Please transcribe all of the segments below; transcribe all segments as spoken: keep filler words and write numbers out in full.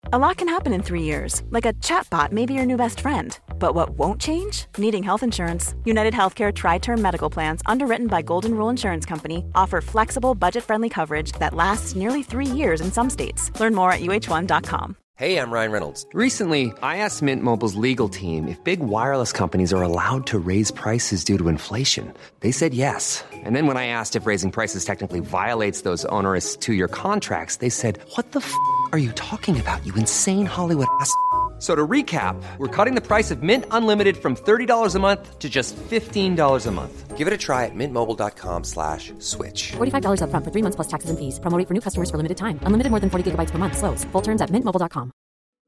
A lot can happen in three years, like a chatbot may be your new best friend. But what won't change? Needing health insurance. United Healthcare Tri-Term Medical Plans, underwritten by Golden Rule Insurance Company, offer flexible, budget-friendly coverage that lasts nearly three years in some states. Learn more at U H one dot com. Hey, I'm Ryan Reynolds. Recently, I asked Mint Mobile's legal team if big wireless companies are allowed to raise prices due to inflation. They said yes. And then when I asked if raising prices technically violates those onerous two-year contracts, they said, what the f*** are you talking about, you insane Hollywood ass f- So to recap, we're cutting the price of Mint Unlimited from thirty dollars a month to just fifteen dollars a month. Give it a try at mintmobile.com slash switch. forty-five dollars up front for three months plus taxes and fees. Promo rate for new customers for limited time. Unlimited more than forty gigabytes per month. Slows full terms at mint mobile dot com.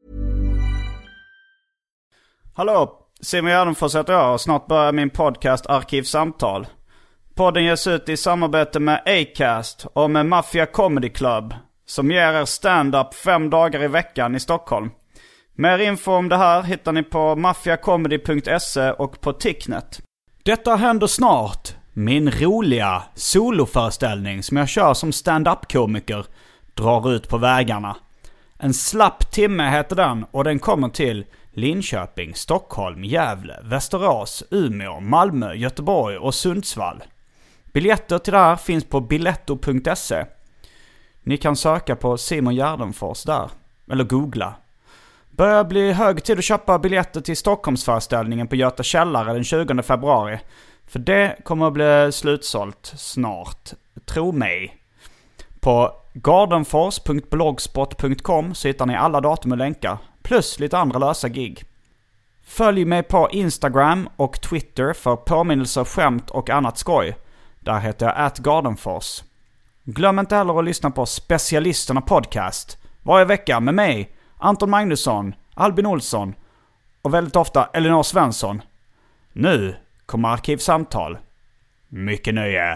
Hallå, Simon Gärdenfors heter jag och snart börjar min podcast Arkivsamtal. Podden ges ut i samarbete med Acast och med Mafia Comedy Club som ger er stand-up fem dagar i veckan i Stockholm. Mer info om det här hittar ni på mafiacomedy punkt se och på Ticknet. Detta händer snart. Min roliga soloföreställning som jag kör som stand-up-komiker drar ut på vägarna. En slapp timme heter den och den kommer till Linköping, Stockholm, Gävle, Västerås, Umeå, Malmö, Göteborg och Sundsvall. Biljetter till det här finns på biletto punkt se. Ni kan söka på Simon Gärdenfors där, eller googla. Börjar bli hög tid att köpa biljetter till Stockholmsföreställningen på Göta källare den tjugonde februari. För det kommer att bli slutsålt snart, tro mig. På gardenfors punkt blogspot punkt com så hittar ni alla datum och länkar, plus lite andra lösa gig. Följ mig på Instagram och Twitter för påminnelser, skämt och annat skoj. Där heter jag at gardenfors. Glöm inte heller att lyssna på Specialisterna podcast varje vecka med mig, Anton Magnusson, Albin Olsson och väldigt ofta Elinor Svensson. Nu kommer Arkivsamtal. Mycket nöje.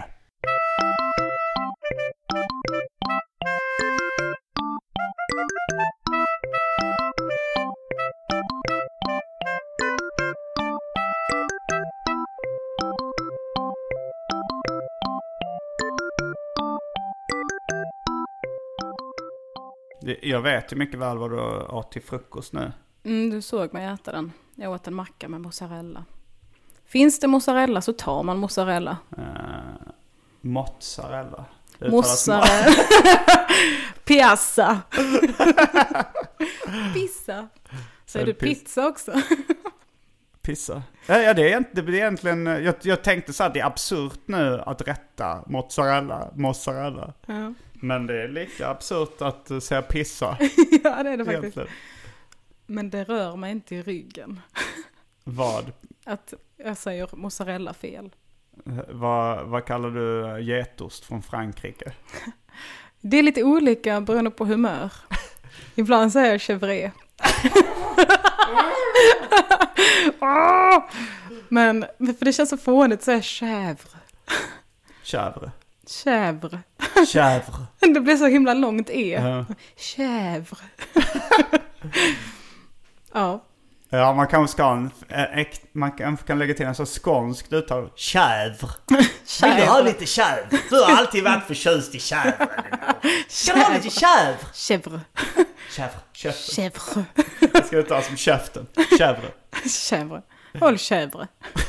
Jag vet ju mycket väl vad du åt till frukost nu. Mm, du såg mig äta den. Jag åt en macka med mozzarella. Finns det mozzarella så tar man mozzarella. Uh, mozzarella. Mozzarella. Piazza. Pizza. Säger du pizza också? Pizza. Ja, ja, det är egentligen, det är egentligen jag, jag tänkte så att det är absurt nu att rätta mozzarella, mozzarella. Ja. Men det är lika absurt att säga pissa. Ja, det är det faktiskt. Egentligen. Men det rör mig inte i ryggen. Vad? Att jag säger mozzarella fel. Vad, vad kallar du getost från Frankrike? Det är lite olika beroende på humör. Ibland säger jag chèvre. Men för det känns så fånigt så är chèvre. Chèvre. Chèvre. Chèvre. Det blir så himla långt e. Ja. Chèvre. Ja. Ja, man kan ska en, man kan, kan lägga till en så skånskt uttal. Chèvre. Vill du ha lite chèvre? Du har alltid varit förtjust i chèvre. Ska du ha lite chèvre? Chèvre. Chèvre. Chèvre. Jag ska uttala som käften. Chèvre. Chèvre. Håll chèvre.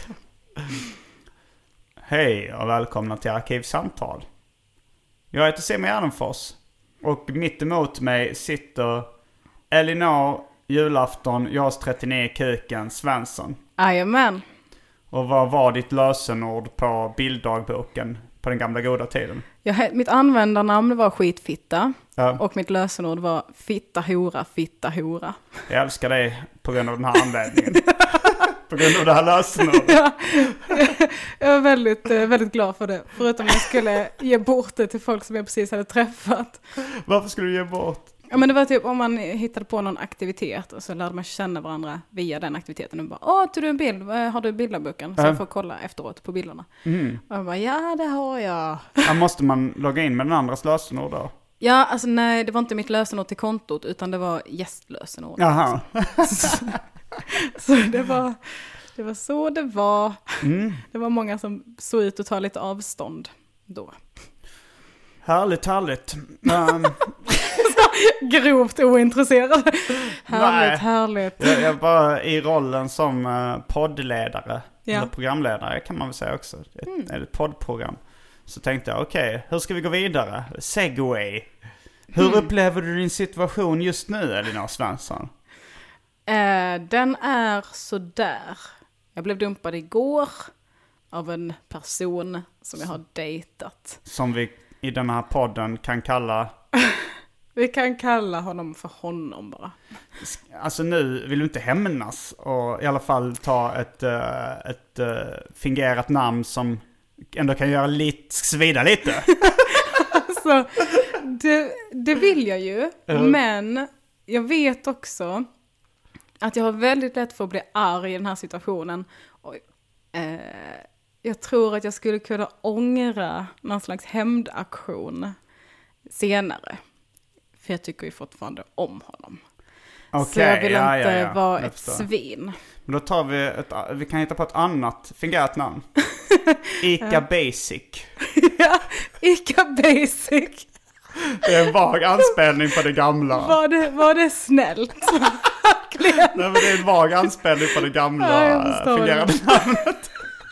Hej och välkomna till Arkivsamtal. Jag heter Simon Gärdenfors och mitt emot mig sitter Elinor julafton, jag trettionio kuken Svensson. Jajamän. Och vad var ditt lösenord på bilddagboken på den gamla goda tiden? Jag, mitt användarnamn var skitfitta. Ja. Och mitt lösenord var fitta hora, fitta hora. Jag älskar dig på grund av den här anledningen. På grund av det här lösenordet. Ja, jag var väldigt, väldigt glad för det. Förutom att jag skulle ge bort det till folk som jag precis hade träffat. Varför skulle du ge bort? Ja, men det var typ om man hittade på någon aktivitet och så lärde man känna varandra via den aktiviteten. Och bara, åh, tog du en bild? Har du bilderboken? Så äh. jag får kolla efteråt på bilderna. Mm. Och jag bara, ja, det har jag. Ja, måste man logga in med den andras lösenord då? Ja, alltså nej, det var inte mitt lösenord till kontot utan det var gästlösenord. Jaha. så, så det var... Det var så det var. Mm. Det var många som såg ut att ta lite avstånd då. Härligt, härligt. Um. Grovt ointresserad. Härligt, Nej. härligt. Jag, jag bara i rollen som uh, poddledare, Ja. eller programledare kan man väl säga också. Ett, mm. ett poddprogram. Så tänkte jag, okej, okay, hur ska vi gå vidare? Segway. Hur mm. upplever du din situation just nu, Elinor Svensson? Eh, den är så där. Jag blev dumpad igår av en person som jag har dejtat. Som vi i den här podden kan kalla... Vi kan kalla honom för honom bara. Alltså nu vill du inte hämnas och i alla fall ta ett, uh, ett uh, fingerat namn som ändå kan göra lite, svida lite. Alltså, det, det vill jag ju. Mm. Men jag vet också att jag har väldigt lätt för att bli arg i den här situationen. Och, eh, jag tror att jag skulle kunna ångra någon slags hämndaktion senare. För jag tycker ju fortfarande om honom. Okay, så jag vill ja, inte ja, ja. vara jag ett förstår. svin. Men då tar vi ett, vi kan hitta på ett annat fingerat namn. Ica Basic. Ja, Ica Basic. Det är en vag anspelning på det gamla. Var det, var det snällt? Nej, men det är en vag anspelning på det gamla ja, fingerade namnet.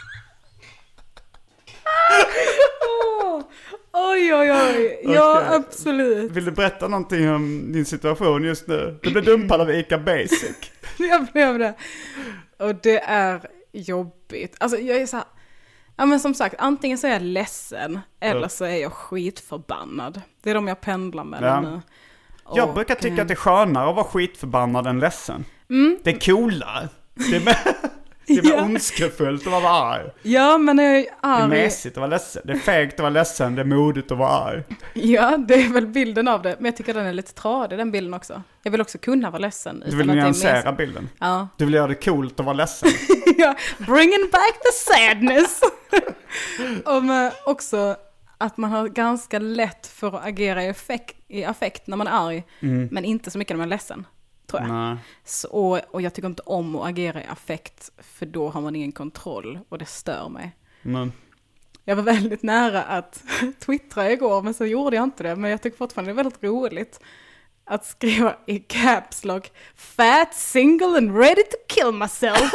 Oj, oj, oj. Ja, okay. Absolut. Vill du berätta någonting om din situation just nu? Du blev dumpad av Ica Basic. Jag blev det. Och det är jobbigt. Alltså, jag är så här... Ja, men som sagt, antingen så är jag ledsen eller mm. så är jag skitförbannad. Det är de jag pendlar med ja. nu. Och, jag brukar tycka att det är skönare att vara skitförbannad än ledsen. Mm. Det är coolare. Det är med... Det är ja. ondskefullt att vara arg. Ja, men jag är arg. Det är mässigt att vara ledsen. Det är fegt att vara ledsen. Det är modigt att vara arg. Ja, det är väl bilden av det. Men jag tycker den är lite tradig, den bilden också. Jag vill också kunna vara ledsen. Du vill nyansera bilden. Ja. Du vill göra det coolt att vara ledsen. Ja, bringing back the sadness. Och med också att man har ganska lätt för att agera i, effekt, i affekt när man är arg. Mm. Men inte så mycket när man är ledsen. Tror jag. Så, och, och jag tycker inte om att agera i affekt, för då har man ingen kontroll och det stör mig. Mm. Jag var väldigt nära att twittra igår, men så gjorde jag inte det. Men jag tycker fortfarande det är väldigt roligt att skriva i caps lock fat, single and ready to kill myself.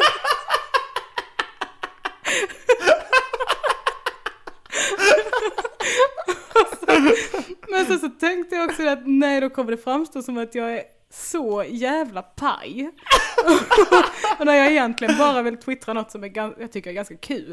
Men så, så tänkte jag också att nej, då kommer det framstå som att jag är så jävla paj. Och när jag egentligen bara vill twittra något som är gans- jag tycker är ganska kul.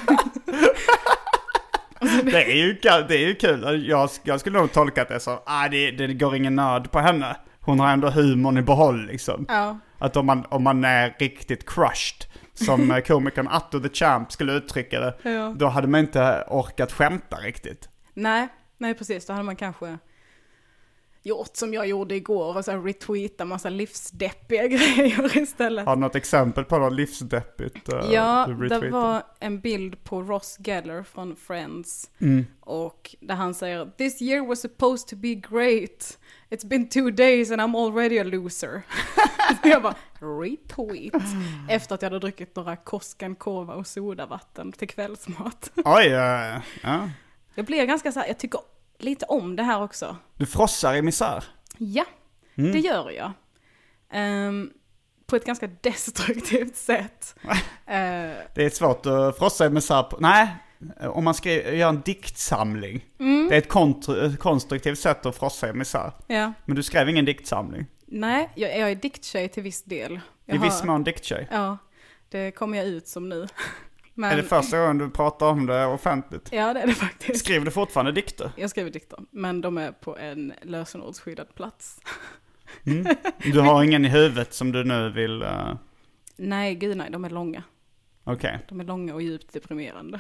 Det är ju, det är ju kul. Jag, jag skulle nog tolka det så. Ah, det, det går ingen nöd på henne. Hon har ändå humorn i behåll liksom. Ja. Att om man, om man är riktigt crushed, som komikern Atto the Champ skulle uttrycka det, ja. Då hade man inte orkat skämta riktigt. Nej, nej precis. Då hade man kanske gjort som jag gjorde igår och så retweeta massa livsdeppiga grejer istället. Har du något exempel på något livsdeppigt? Uh, ja, det var en bild på Ross Geller från Friends. Mm. Och där han säger, this year was supposed to be great. It's been two days and I'm already a loser. Jag bara, retweet. Mm. Efter att jag hade druckit några Koskenkorva och sodavatten till kvällsmat. Oj, uh, ja. Jag blir ganska så här, jag tycker lite om det här också. Du frossar i misär? Ja, mm. det gör jag. Um, på ett ganska destruktivt sätt. uh, det är svårt att frossa i misär på. Nej, om man ska göra en diktsamling. Mm. Det är ett kont- konstruktivt sätt att frossa i misär. Ja. Men du skrev ingen diktsamling? Nej, jag, jag är dikttjej till viss del. Jag I har, viss mån dikttjej? Ja, det kommer jag ut som nu. Men... Är det första gången du pratar om det offentligt? Ja, det är det faktiskt. Skriver du fortfarande dikter? Jag skriver dikter, men de är på en lösenordsskyddad plats. Mm. Du har ingen i huvudet som du nu vill... Uh... Nej, gud nej, de är långa. Okej. Okay. De är långa och djupt deprimerande.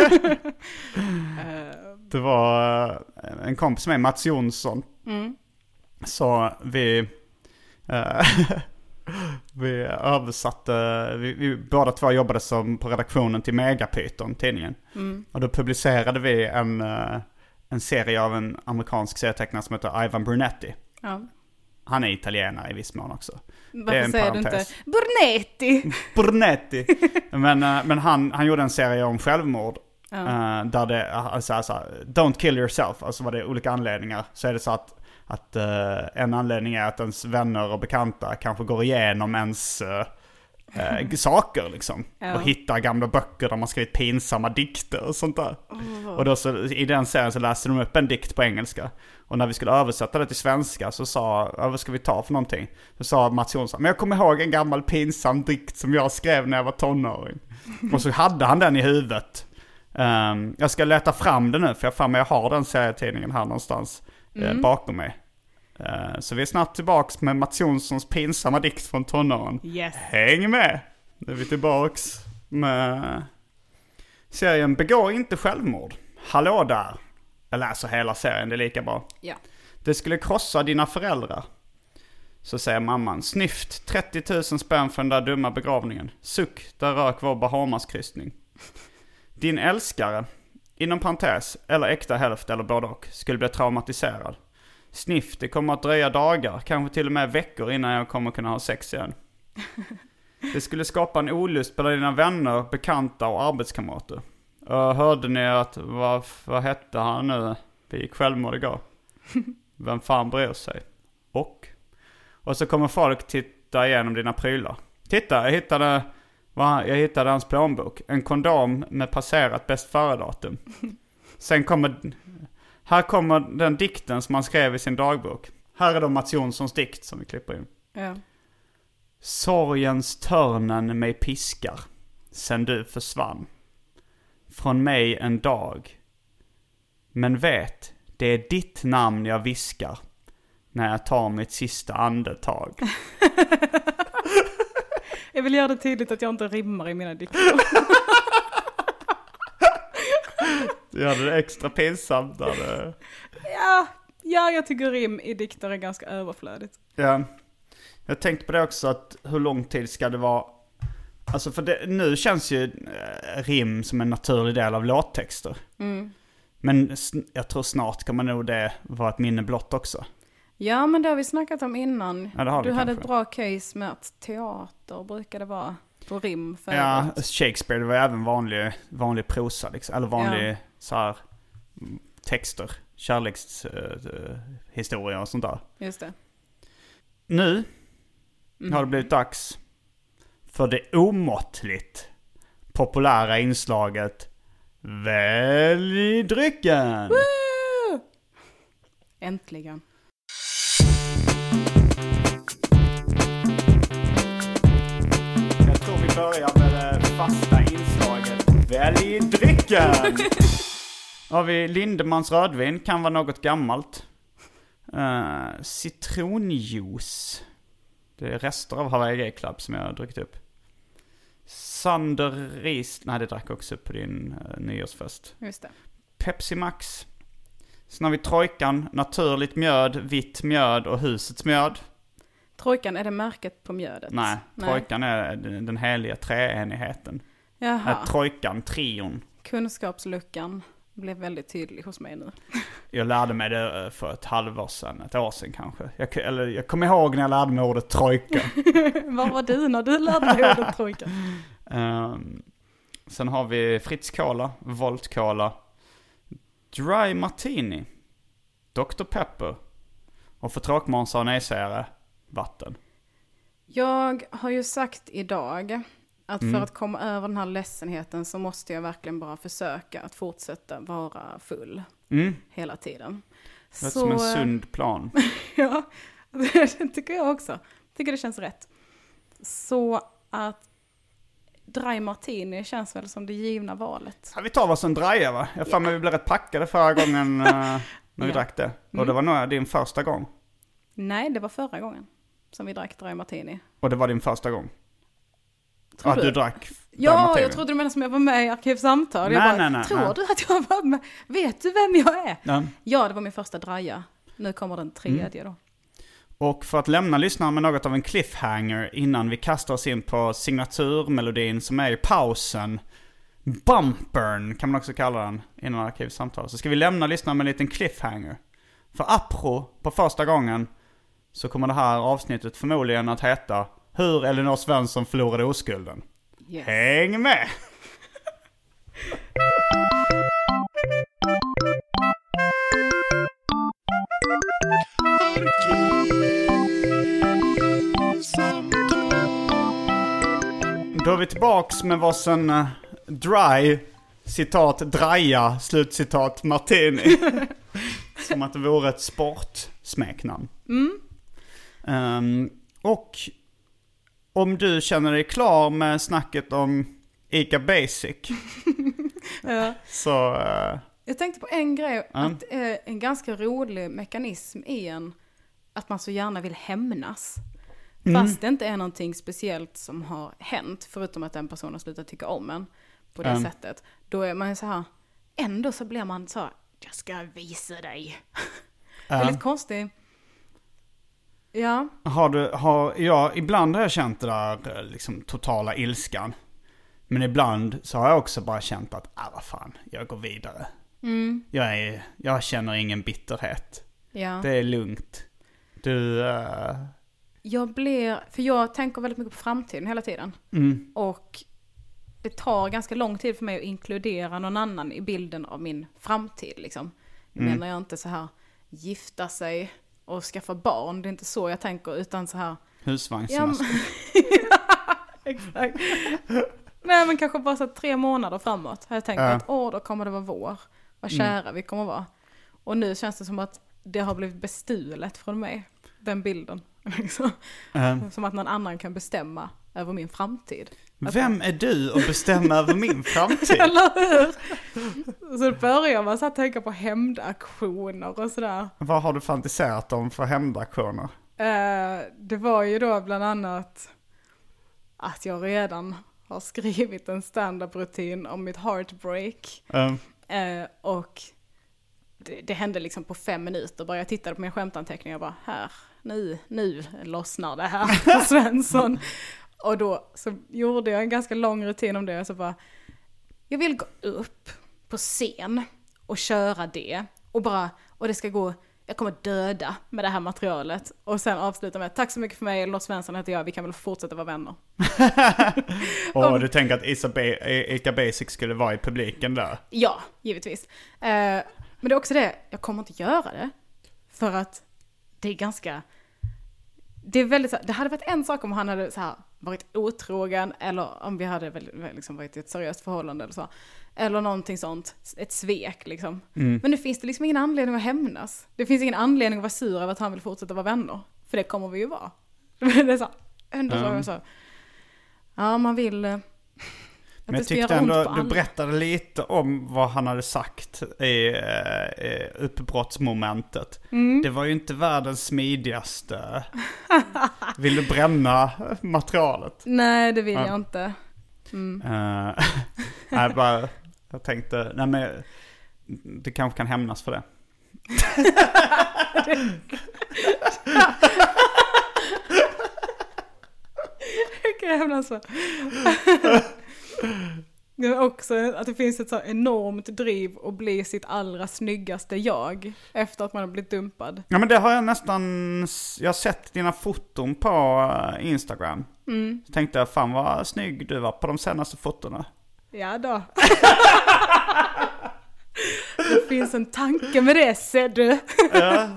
Det var uh, en kompis med Mats Jonsson. Mm. Så vi... Uh, vi översatte, vi, vi båda två jobbade som på redaktionen till Megapyton, tidningen. Mm. Och då publicerade vi en, en serie av en amerikansk serietecknare som heter Ivan Brunetti. Ja. Han är italienare i viss mån också. Varför säger du inte Brunetti? Brunetti. Men, men han, han gjorde en serie om självmord. Ja. Där det, alltså, alltså, don't kill yourself. Alltså var det olika anledningar. Så är det så att att uh, en anledning är att ens vänner och bekanta kanske går igenom ens uh, uh, saker liksom. Ja. Och hittar gamla böcker där man skrivit pinsamma dikter och sånt där. Oh. Och då så, i den serien så läste de upp en dikt på engelska. Och när vi skulle översätta det till svenska så sa, vad ska vi ta för någonting? Så sa Mats Jonsson, men jag kommer ihåg en gammal pinsam dikt som jag skrev när jag var tonåring. Och så hade han den i huvudet. Um, jag ska leta fram den nu, för jag, fan, jag har den serietidningen här någonstans mm. eh, bakom mig. Uh, så vi är snart tillbaks med Mats Jonssons pinsamma dikt från tonåren. Yes. Häng med! Nu är vi tillbaks med serien Begå inte självmord. Hallå där! Jag läser hela serien, det är lika bra. Ja. Det skulle krossa dina föräldrar. Så säger mamman, snyft trettio tusen spänn för den där dumma begravningen. Suck, där rök vår Bahamas-kryssning. Din älskare, inom parentes, eller äkta hälft eller både och, skulle bli traumatiserad. Sniff, det kommer att dröja dagar, kanske till och med veckor innan jag kommer kunna ha sex igen. Det skulle skapa en olust bland dina vänner, bekanta och arbetskamrater. Och hörde ni att, vad, vad hette han nu? Vi gick självmord igår. Vem fan bryr sig? Och? Och så kommer folk titta igenom dina prylar. Titta, jag hittade, jag hittade hans plånbok. En kondom med passerat bäst före-datum. Sen kommer, här kommer den dikten som han skrev i sin dagbok. Här är då Mats Jonssons dikt som vi klipper in. Ja. Sorgens törnen mig piskar, sen du försvann. Från mig en dag. Men vet, det är ditt namn jag viskar när jag tar mitt sista andetag. Jag vill göra det tydligt att jag inte rimmar i mina dikter. Du gör det extra pinsamt där det... Ja, ja, jag tycker rim i dikter är ganska överflödigt. Ja, jag tänkte på det också, att hur lång tid ska det vara? Alltså för det, nu känns ju äh, rim som en naturlig del av låttexter. Mm. Men jag tror snart kan man nog det vara ett minne blott också. Ja, men det har vi snackat om innan. Ja, det har vi du hade kanske. ett bra case med att teater brukade vara på rim för Ja, övrigt. Shakespeare, det var även vanlig, vanlig prosa liksom, eller vanlig ja. så här, texter, kärlekshistorier uh, och sånt där. Just det. Nu mm. har det blivit dags för det omåttligt populära inslaget Välj drycken! Woo! Äntligen. Jag tror vi börjar med det fasta inslaget Välj drycken! Har vi Lindemans rödvin, kan vara något gammalt. Uh, citronjuice. Det är rester av Hawaii Club som jag har druckit upp. Sander Ris, nej det drack också upp på din uh, nyårsfest. Just det. Pepsi Max. Sen har vi Trojkan, naturligt mjöd, vitt mjöd och husets mjöd. Trojkan, är det märket på mjödet? Nej, Trojkan nej. är den, den heliga treenigheten. Jaha. Trojkan, trion. Kunskapsluckan blev väldigt tydlig hos mig nu. Jag lärde mig det för ett halvår sedan, ett år sedan kanske. Jag, eller, jag kommer ihåg när jag lärde mig ordet trojka. Vad var du när du lärde dig ordet trojka? Um, sen har vi Fritz Cola, Volt Cola, Dry Martini, doktor Pepper och för tråkmånsar och nejsägare, vatten. Jag har ju sagt idag att mm. för att komma över den här ledsenheten så måste jag verkligen bara försöka att fortsätta vara full mm. hela tiden. Det är som en sund plan. Ja, det tycker jag också. Tycker det känns rätt. Så att Dry Martini känns väl som det givna valet. Ja, vi tar vad som drajar va? Jag fann mig vi blev rätt packade förra gången uh, när vi ja. drack det. Och mm. det var nog din första gång. Nej, det var förra gången som vi drack Dry Martini. Och det var din första gång? Tror att du? du drack Ja, Martini. Jag trodde du menade som jag var med i Arkivsamtal. Nej, Jag bara, nej, nej, tror nej. du att jag var med? Vet du vem jag är? Ja, ja det var min första draja. Nu kommer den tredje mm. då. Och för att lämna lyssnaren med något av en cliffhanger innan vi kastar oss in på signaturmelodin som är i pausen. Bumpern kan man också kalla den innan Arkivsamtal. Så ska vi lämna lyssnaren med en liten cliffhanger. För apro på första gången så kommer det här avsnittet förmodligen att heta Hur Elinor Svensson förlorade oskulden. Yes. Häng med! Då är vi tillbaks med varsin uh, dry, citat, draja, slutcitat, martini. Som att det vore ett sportsmeknamn. Mm. Um, och om du känner dig klar med snacket om Ica Basic. Ja. Så... Uh, Jag tänkte på en grej, mm. att eh, en ganska rolig mekanism är en, att man så gärna vill hämnas. Mm. Fast det inte är någonting speciellt som har hänt, förutom att en person har slutat tycka om en på det mm. sättet. Då är man så här, ändå så blir man så här, jag ska visa dig. Mm. Väldigt konstigt. Ja. Har du, har, ja, ibland har jag känt det där liksom totala ilskan. Men ibland så har jag också bara känt att, ah vad fan, jag går vidare. Mm. Jag, är, jag känner ingen bitterhet. Ja. Det är lugnt. Du... Uh... Jag blir, för jag tänker väldigt mycket på framtiden hela tiden. Mm. Och det tar ganska lång tid för mig att inkludera någon annan i bilden av min framtid. Liksom. Mm. Menar jag inte så här gifta sig och skaffa barn. Det är inte så jag tänker, utan så här... Husvagnssemester. Ja, exakt. Nej, men kanske bara så tre månader framåt. Har jag tänkt Ja. att åh, då kommer det vara vår. Vad kära mm. vi kommer vara. Och nu känns det som att det har blivit bestulet från mig. Den bilden. Liksom. Mm. Som att någon annan kan bestämma över min framtid. Vem är du att bestämma över min framtid? Eller hur? Så börjar man så att tänka på hämndaktioner och sådär. Vad har du fantiserat om för hämndaktioner? Uh, det var ju då bland annat att jag redan har skrivit en stand-up-rutin om mitt heartbreak. Mm. Uh, och det, det hände liksom på fem minuter. Bara jag tittade på min skämtanteckning och bara, här, nu, nu lossnar det här för Svensson. Och då så gjorde jag en ganska lång rutin om det. Så bara, jag vill gå upp på scen och köra det. Och bara, och det ska gå, jag kommer döda med det här materialet. Och sen avsluta med, tack så mycket för mig, Lars Svensson heter jag, vi kan väl fortsätta vara vänner. Och du tänker att Ica Basic skulle vara i publiken där? Ja, givetvis. Uh, men det är också det, jag kommer inte göra det. För att det är ganska... Det är väldigt så, det hade varit en sak om han hade så här varit otrogen, eller om vi hade väl, liksom varit i ett seriöst förhållande eller så. Eller någonting sånt, ett svek liksom. Mm. Men nu finns det liksom ingen anledning att hämnas. Det finns ingen anledning att vara sur över att han vill fortsätta vara vänner. För det kommer vi ju vara. Det är så, ändå mm. så, ja man vill... Men jag tyckte ändå, du berättade lite om vad han hade sagt i, i uppbrottsmomentet. Mm. Det var ju inte världens smidigaste. Vill du bränna materialet? Nej, det vill ja. jag inte. Mm. Uh, nej, bara, jag tänkte, nej men du kanske kan hämnas för det. Jag kan hämnas för det är också att det finns ett så enormt driv att bli sitt allra snyggaste jag efter att man har blivit dumpad. Ja, men det har jag nästan, jag har sett dina foton på Instagram. Mm. Så tänkte jag, fan vad snygg du var på de senaste fotorna. Ja då. Det finns en tanke med det, ser du. Ja.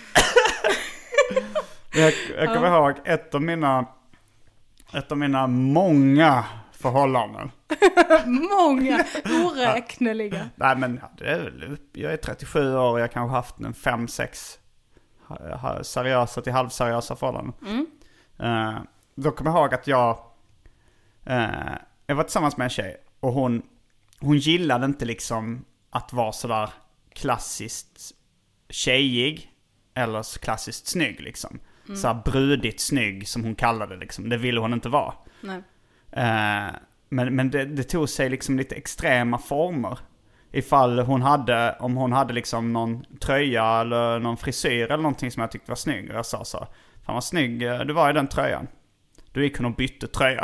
jag, jag kommer ja. ihåg ett av mina ett av mina många förhållanden. Många, oräkneliga. Nej men det är väl, jag är trettiosju år och jag kanske haft en fem sex seriösa till halvseriösa förhållanden. Mm. Uh, då kommer jag ihåg att jag uh, jag var tillsammans med en tjej och hon hon gillade inte liksom att vara sådär klassiskt tjejig eller klassiskt snygg liksom. Mm. Så här brudigt snygg som hon kallade det liksom. Det ville hon inte vara. Nej. Uh, men men det, det tog sig liksom lite extrema former. Ifall hon hade, om hon hade liksom någon tröja eller någon frisyr eller någonting som jag tyckte var snygg. Och jag sa så, fan vad snygg du var i den tröjan. Du gick hon och bytte tröja.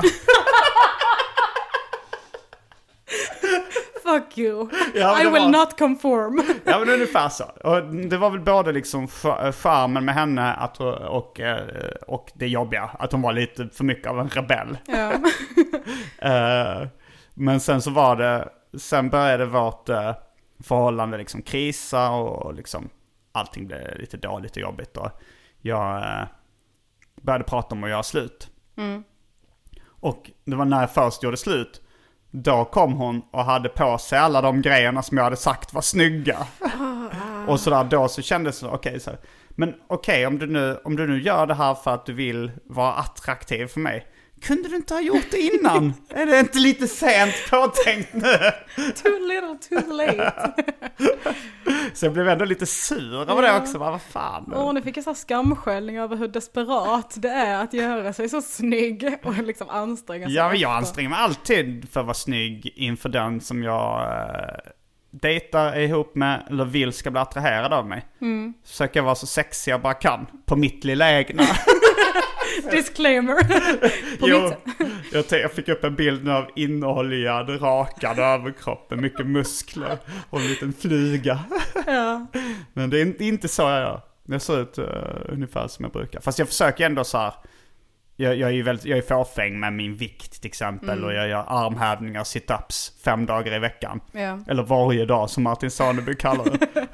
Fuck you. Ja, I will var... not conform. Ja, men ungefär så. Och det var väl både liksom charmen med henne att, och, och det jobbiga. Att hon var lite för mycket av en rebell. Ja. uh, men sen så var det, sen började vårt uh, förhållande liksom krisa och liksom allting blev lite dåligt och jobbigt. Och jag uh, började prata om att göra slut. Mm. Och det var när jag först gjorde slut. Då kom hon och hade på sig alla de grejerna som jag hade sagt var snygga. Och sådär, då så kändes det okej okay, så här. Men okej, okay, om du nu om du nu gör det här för att du vill vara attraktiv för mig, kunde du inte ha gjort det innan? Är det inte lite sent påtänkt nu? Too little, too late. Så jag blev ändå lite sur över ja. det också. Vad fan? Åh, nu fick jag så här skamskällning över hur desperat det är att göra sig så snygg och liksom anstränga sig. Ja, men jag anstränger mig alltid för att vara snygg inför den som jag äh, dejtar ihop med eller vill ska bli attraherad av mig. Mm. Försöker vara så sexig jag bara kan på mitt lilla egna. Disclaimer. Jo, jag, jag fick upp en bild av innehållad, rakad överkroppen, mycket muskler och en liten flyga. Ja. Men det är inte, inte så jag gör. Jag ser ut uh, ungefär som jag brukar. Fast jag försöker ändå så här. Jag, jag är ju väldigt, jag är fåfäng med min vikt till exempel. Mm. Och jag gör armhävningar, sit-ups fem dagar i veckan. Ja. Eller varje dag som Martin Saneby kallar det.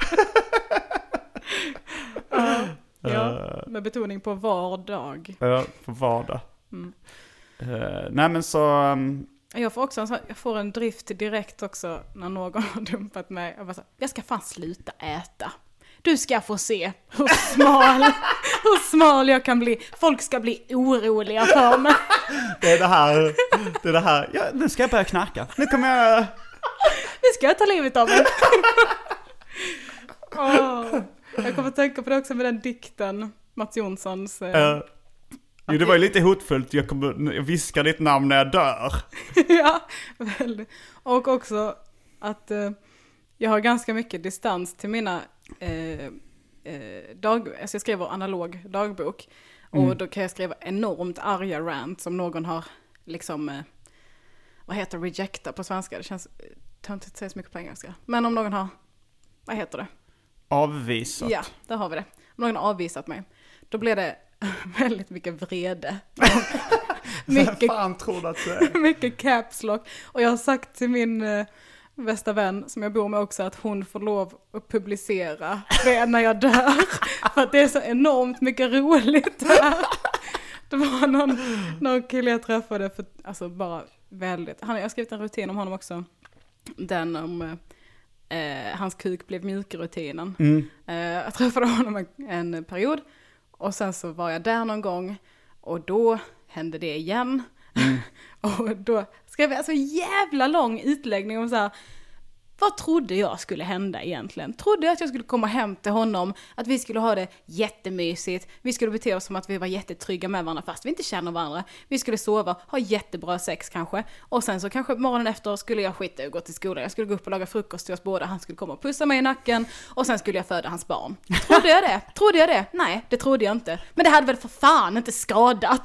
Ja. Ja, med betoning på var dag. Ja, på vardag. Mm. Uh, nej men så... Um... Jag får också en, jag får en drift direkt också när någon har dumpat mig. Jag bara så, jag ska fan sluta äta. Du ska få se hur smal, hur smal jag kan bli. Folk ska bli oroliga för mig. Det är det här. Det är det här. Ja, nu ska jag börja knarka. Nu kommer jag... Nu ska jag ta livet av mig. Oh. Jag kommer att tänka på det också med den dikten, Mats Jonssons. Eh, uh, jo, det var ju lite hotfullt. Jag, kommer, jag viskar ditt namn när jag dör. Ja, väldigt. Och också att eh, jag har ganska mycket distans till mina eh, eh, dag... Alltså jag skriver analog dagbok. Mm. Och då kan jag skriva enormt arga rant som någon har liksom... Eh, vad heter rejecta på svenska? Det känns töntigt att säga så mycket på engelska. Men om någon har... Vad heter det? Avvisat. Ja, där har vi det. Om någon har avvisat mig, då blir det väldigt mycket vrede. mycket, fan tror du att det är? Mycket caps lock. Och jag har sagt till min eh, bästa vän som jag bor med också att hon får lov att publicera det när jag dör. För att det är så enormt mycket roligt där. Det var någon, någon kille jag träffade för, alltså bara väldigt. Han, jag har skrivit en rutin om honom också. Den om... Eh, hans kuk blev mjukrutinen. Mm. Eh, jag träffade honom en, en period. Och sen så var jag där någon gång. Och då hände det igen. Mm. Och då skrev jag alltså jävla lång utläggning om så här. Vad trodde jag skulle hända egentligen? Trodde jag att jag skulle komma hem till honom, att vi skulle ha det jättemysigt, vi skulle bete oss som att vi var jättetrygga med varandra fast vi inte känner varandra. Vi skulle sova, ha jättebra sex kanske. Och sen så kanske morgonen efter skulle jag skita och gå till skolan. Jag skulle gå upp och laga frukost till oss båda. Han skulle komma och pussa mig i nacken. Och sen skulle jag föda hans barn. Trodde jag det? Trodde jag det? Nej, det trodde jag inte. Men det hade väl för fan inte skadat.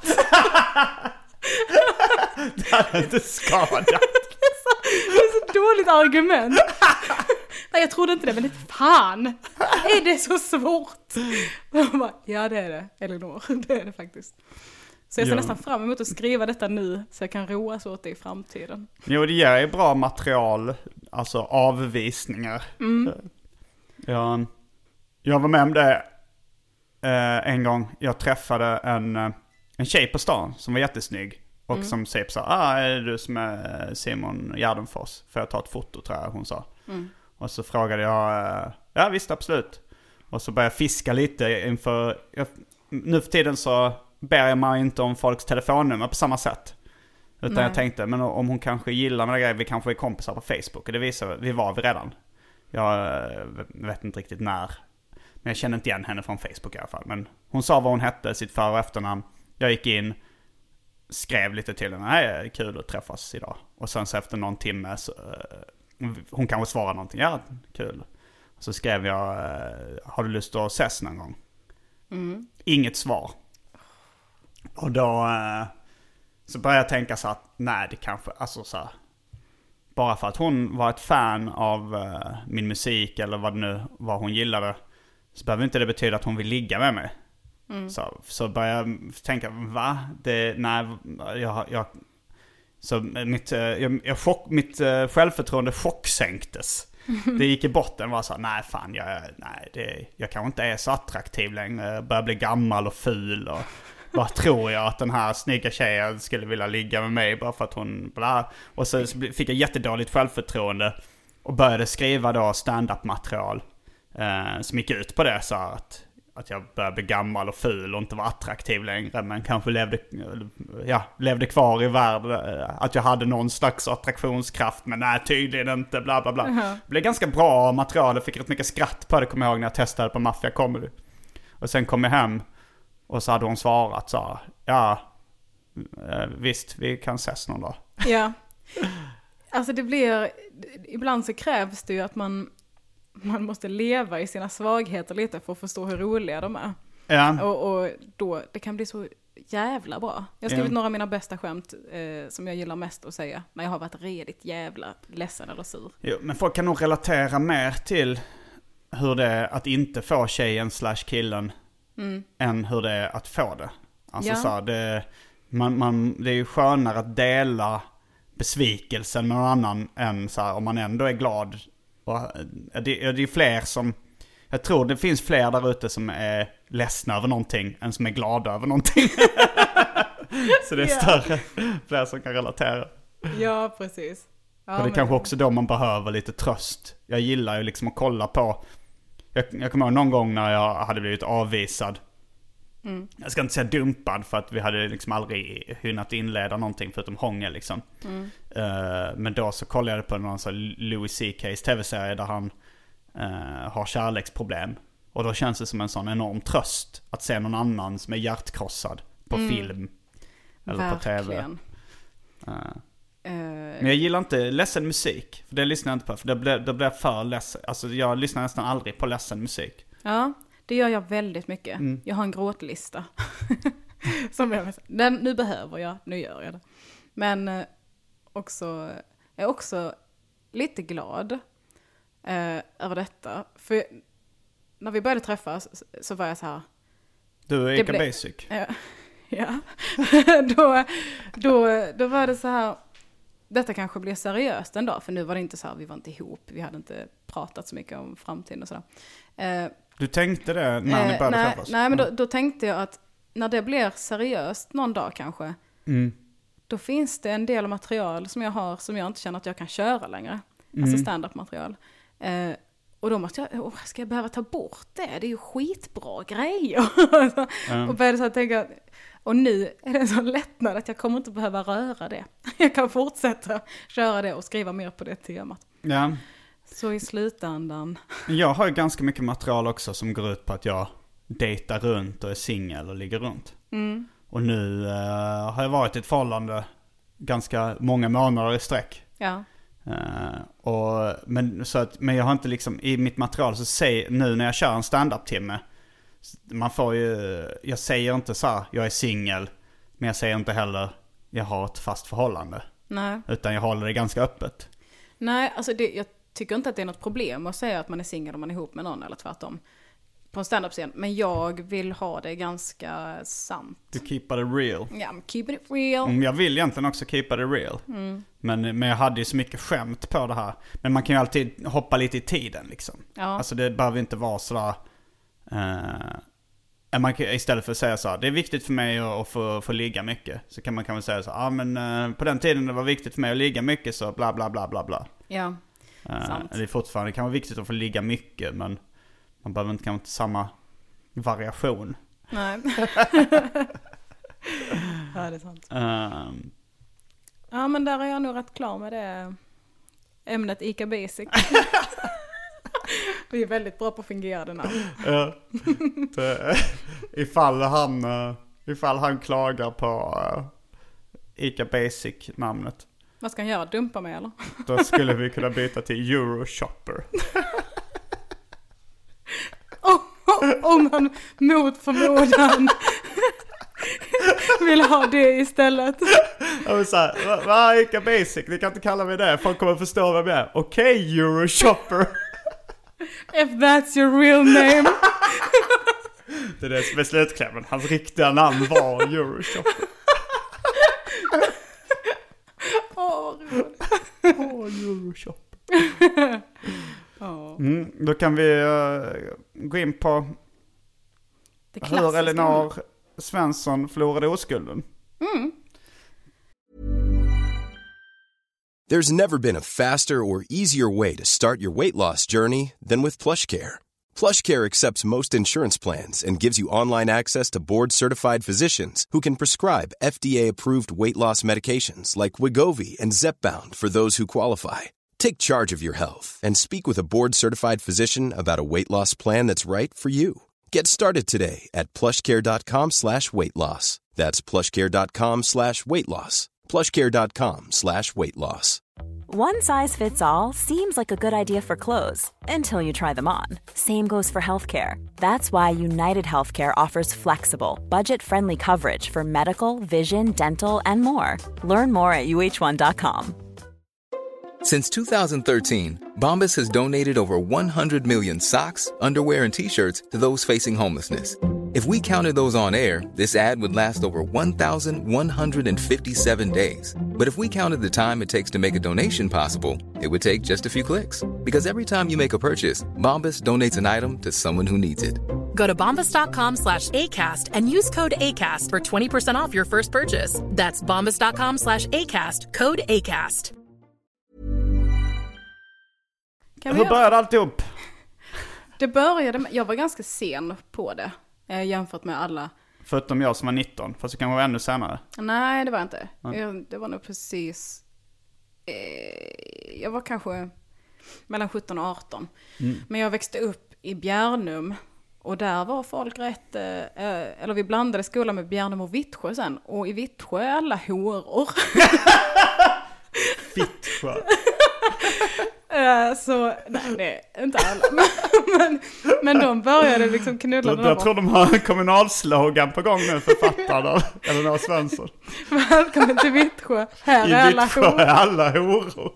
Det hade inte skadat. Det är så dåligt argument. Nej, jag trodde inte det, men det fan. Är det så svårt? Bara, ja, det är det, Elinor. Det är det faktiskt. Så jag ser ja. nästan fram emot att skriva detta nu så jag kan roa så åt det i framtiden. Jo, det ger ju bra material, alltså avvisningar. Mm. Ja, jag var med om det eh, en gång. Jag träffade en, en tjej på stan som var jättesnygg. Och mm. som säger så ah, är det du som är Simon Gärdenfors? Får jag ta ett foto, tror jag hon sa. Mm. Och så frågade jag, ja visst absolut. Och så började jag fiska lite inför, jag, nu för tiden så ber jag mig inte om folks telefonnummer på samma sätt. Utan Nej. jag tänkte, men om hon kanske gillar med det grejer, vi kanske är kompisar på Facebook. Och det visar, vi var vi redan. Jag vet inte riktigt när. Men jag känner inte igen henne från Facebook i alla fall. Men hon sa vad hon hette, sitt för- och efternamn. Jag gick in, skrev lite till henne. Nej, det är kul att träffas idag. Och sen så efter någon timme så, uh, hon kanske svarade någonting. Ja, kul. Så skrev jag, uh, har du lust att ses någon gång? Mm. Inget svar. Och då uh, så började jag tänka så att nej, det kanske, alltså så här, bara för att hon var ett fan av uh, min musik eller vad det nu vad hon gillade, så behöver inte det betyda att hon vill ligga med mig. Mm. Så, så började jag tänka, va? Det, nej, jag, jag, så mitt, jag, jag chock, mitt självförtroende chocksänktes. Mm. Det gick i botten, var så här, nej fan, jag, nej, det, jag kanske inte är så attraktiv längre. Jag börjar bli gammal och ful och vad tror jag att den här snygga tjejen skulle vilja ligga med mig bara för att hon bla. Och så fick jag jättedåligt självförtroende och började skriva då stand-up-material eh, som gick ut på det, så att att jag började bli gammal och ful och inte var attraktiv längre, men kanske levde, ja, levde kvar i världen, att jag hade någon slags attraktionskraft, men nej, tydligen inte, bla bla bla. Uh-huh. Det blev ganska bra material, jag fick rätt mycket skratt på det, kommer jag ihåg, när jag testade på Mafia Comedy. Och sen kom jag hem och så hade hon svarat så, ja, visst, vi kan ses någon dag. Ja, alltså det blir, ibland så krävs det ju att man man måste leva i sina svagheter lite för att förstå hur roliga de är. Ja. Och, och då, det kan bli så jävla bra. Jag har skrivit ja. några av mina bästa skämt eh, som jag gillar mest att säga när jag har varit redigt jävla ledsen eller sur. Jo, men folk kan nog relatera mer till hur det är att inte få tjejen slash killen mm. än hur det är att få det. Alltså ja. så, det, man, man, det är ju skönare att dela besvikelsen med någon annan än så här, om man ändå är glad. Och det, det är fler som, jag tror det finns fler där ute som är ledsna över någonting än som är glada över någonting. Så det är större, yeah. fler som kan relatera. Ja, precis. Ja, och det är men... kanske också då man behöver lite tröst. Jag gillar ju liksom att kolla på, jag, jag kommer ihåg någon gång när jag hade blivit avvisad. Mm. Jag ska inte säga dumpad, för att vi hade liksom aldrig hunnit inleda någonting förutom hångel liksom. Mm. Uh, men då så kollade jag på någon sån Louis C K:s tv-serie där han uh, har kärleksproblem. Och då känns det som en sån enorm tröst att se någon annan som är hjärtkrossad på mm. film eller verkligen. På tv. Uh. Uh. Men jag gillar inte ledsen musik, för det lyssnar jag inte på, för det blir, det blir för ledsen. Alltså jag lyssnar nästan aldrig på ledsen musik. Ja. Det gör jag väldigt mycket. Mm. Jag har en gråtlista. Som jag, den, nu behöver jag, nu gör jag det. Men eh, också, jag är också lite glad eh, över detta. För när vi började träffas så, så var jag så här. Du är Ica ble, Basic. Eh, ja. då, då, då var det så här. Detta kanske blir seriöst en dag. För nu var det inte så här, vi var inte ihop. Vi hade inte pratat så mycket om framtiden och sådär. Eh, Du tänkte det när ni började eh, nej, träffas? Nej, men då, då tänkte jag att när det blir seriöst någon dag kanske, mm. då finns det en del material som jag har som jag inte känner att jag kan köra längre. Mm. Alltså stand-up-material. Eh, och då måste jag, oh, ska jag behöva ta bort det? Det är ju skitbra grejer. mm. Och började så här tänka, och nu är det en sån lättnad att jag kommer inte behöva röra det. Jag kan fortsätta köra det och skriva mer på det temat. Ja. Så i slutändan. Jag har ju ganska mycket material också som går ut på att jag dejtar runt och är singel och ligger runt. Mm. Och nu uh, har jag varit i ett förhållande ganska många månader i sträck. Ja. Uh, och, men, så att, men jag har inte liksom, i mitt material så säger, nu när jag kör en stand-up-timme, man får ju, jag säger inte så här, jag är singel, men jag säger inte heller, jag har ett fast förhållande. Nej. Utan jag håller det ganska öppet. Nej, alltså det, jag tycker inte att det är något problem att säga att man är singel om man är ihop med någon eller tvärtom på en stand-up-scen. Men jag vill ha det ganska sant. Du keepar det real. Ja, yeah, keep it real. Mm, jag vill egentligen också keepa det real. Mm. Men, men jag hade ju så mycket skämt på det här. Men man kan ju alltid hoppa lite i tiden liksom. Ja. Alltså det behöver inte vara sådär... Uh, man kan, istället för att säga så här, det är viktigt för mig att, att få, få ligga mycket. Så kan man kan väl säga så här, ah, men uh, på den tiden det var viktigt för mig att ligga mycket, så bla bla bla bla bla. Ja. Uh, det är fortfarande, det kan vara viktigt att få ligga mycket, men man behöver inte, kan inte samma variation. Nej. Ja, det är sant. Uh, ja, men där är jag nog rätt klar med det ämnet Ica Basic. Vi är väldigt bra på att fungera den här. Ja. Det, ifall han ifall han klagar på uh, Ica Basic namnet. Vad ska han göra? Dumpa mig eller? Då skulle vi kunna byta till Euroshopper. oh, oh, om man mot förmodan vill ha det istället. Jag vill säga, vad va, är Ica Basic? Ni kan inte kalla mig det. Folk kommer förstå vad jag är. Okej, okay, Euroshopper. If that's your real name. Det är det som är slutklämmen. Hans riktiga namn var Euroshopper. Åh, oh, Euroshopper. Mm, då kan vi uh, gå in på hur Elinor Svensson förlorade oskulden. Mm. There's never been a faster or easier way to start your weight loss journey than with PlushCare. PlushCare accepts most insurance plans and gives you online access to board-certified physicians who can prescribe F D A-approved weight loss medications like Wegovy and Zepbound for those who qualify. Take charge of your health and speak with a board-certified physician about a weight loss plan that's right for you. Get started today at plushcare.com slash weight loss. That's plushcare.com slash weight loss. plushcare.com slash weight loss. One size fits all seems like a good idea for clothes until you try them on. Same goes for healthcare. That's why United Healthcare offers flexible, budget-friendly coverage for medical, vision, dental, and more. Learn more at U H one dot com. Since two thousand thirteen, Bombas has donated over one hundred million socks, underwear, and T-shirts to those facing homelessness. If we counted those on air, this ad would last over one thousand one hundred fifty-seven days. But if we counted the time it takes to make a donation possible, it would take just a few clicks. Because every time you make a purchase, Bombas donates an item to someone who needs it. Go to bombas.com slash ACAST and use code ACAST for twenty percent off your first purchase. That's bombas.com slash ACAST, code ACAST. Hur började alltihop? Det började med, jag var ganska sen på det eh, jämfört med alla. Förutom jag som var nitton, fast det kan vara ännu senare. Nej, det var inte. Mm. Jag, det var nog precis... Eh, jag var kanske mellan sjutton och arton. Mm. Men jag växte upp i Bjärnum. Och där var folk rätt... Eh, eller vi blandade skolan med Bjärnum och Vittsjö sen. Och i Vittsjö är alla horor. Vittsjö. Uh, så, nej, det är inte alla. Men, men, men de började liksom knulla. Jag, jag tror de har en kommunalslogan på gång nu, författarna. Eller några Svensson. Välkommen till Vittsjö. Här I är alla Vittsjö horor. är alla horor.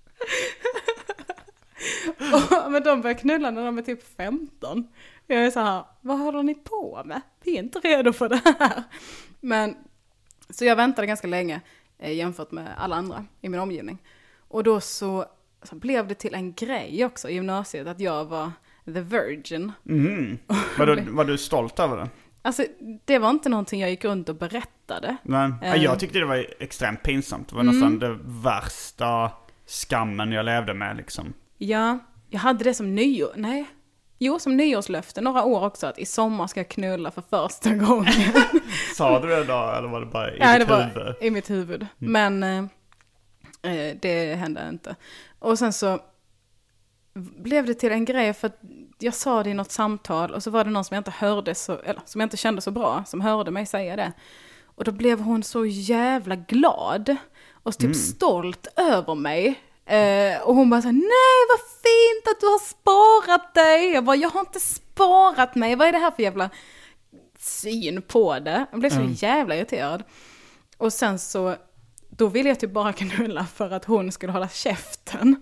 Och, men de började knulla när de är typ femton. Jag är så här, vad håller ni på med? Vi är inte redo för det här. Men, så jag väntade ganska länge eh, jämfört med alla andra i min omgivning. Och då så... Så blev det till en grej också i gymnasiet att jag var the virgin. Mm. Var, du, var du stolt över det? Alltså, det var inte någonting jag gick runt och berättade. Nej, Uh, jag tyckte det var extremt pinsamt. Det var mm. nästan det värsta skammen jag levde med liksom. Ja, jag hade det som nyår... Nej, jo, som nyårslöfte några år också. Att i sommar ska jag knulla för första gången. Sa du det då? Eller var det bara i ja, ditt det var huvud? i mitt huvud. Mm. Men eh, det hände inte. Och sen så blev det till en grej för att jag sa det i något samtal och så var det någon som jag inte hörde så, eller som jag inte kände så bra som hörde mig säga det. Och då blev hon så jävla glad och typ mm. stolt över mig. Eh, och hon bara så här, nej vad fint att du har sparat dig. Jag bara, jag har inte sparat mig. Vad är det här för jävla syn på det? Jag blev så mm. jävla irriterad. Och sen så då ville jag typ bara knulla för att hon skulle hålla käften.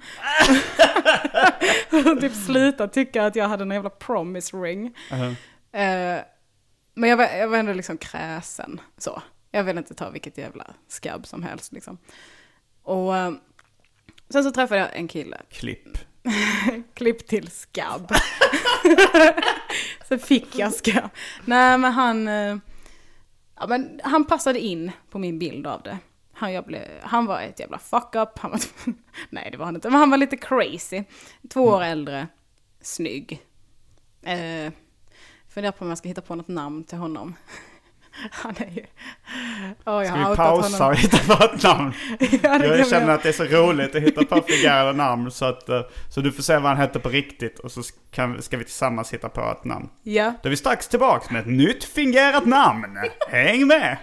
Och typ sluta tycka att jag hade en jävla promise ring. Uh-huh. Uh, men jag var, jag var ändå liksom kräsen. Så. Jag ville inte ta vilket jävla skabb som helst. Liksom. Och uh, sen så träffade jag en kille. Klipp. Klipp till skabb. Så fick jag skabb. Nej, men han... Uh, ja, men han passade in på min bild av det. Han, jag blev, han var ett jävla fuck up. Han var, nej, det var han inte. Men han var lite crazy. Två år mm. äldre. Snygg. Eh, funderar på om jag ska hitta på något namn till honom. Han är ju... Oh, jag ska vi pausa honom. Och hitta på ett namn? Ja, jag känner jag. Att det är så roligt att hitta på figurerade namn. Så, att, så du får se vad han heter på riktigt. Och så kan, ska vi tillsammans hitta på ett namn. Ja. Då är vi strax tillbaka med ett nytt fingerat namn. Häng med!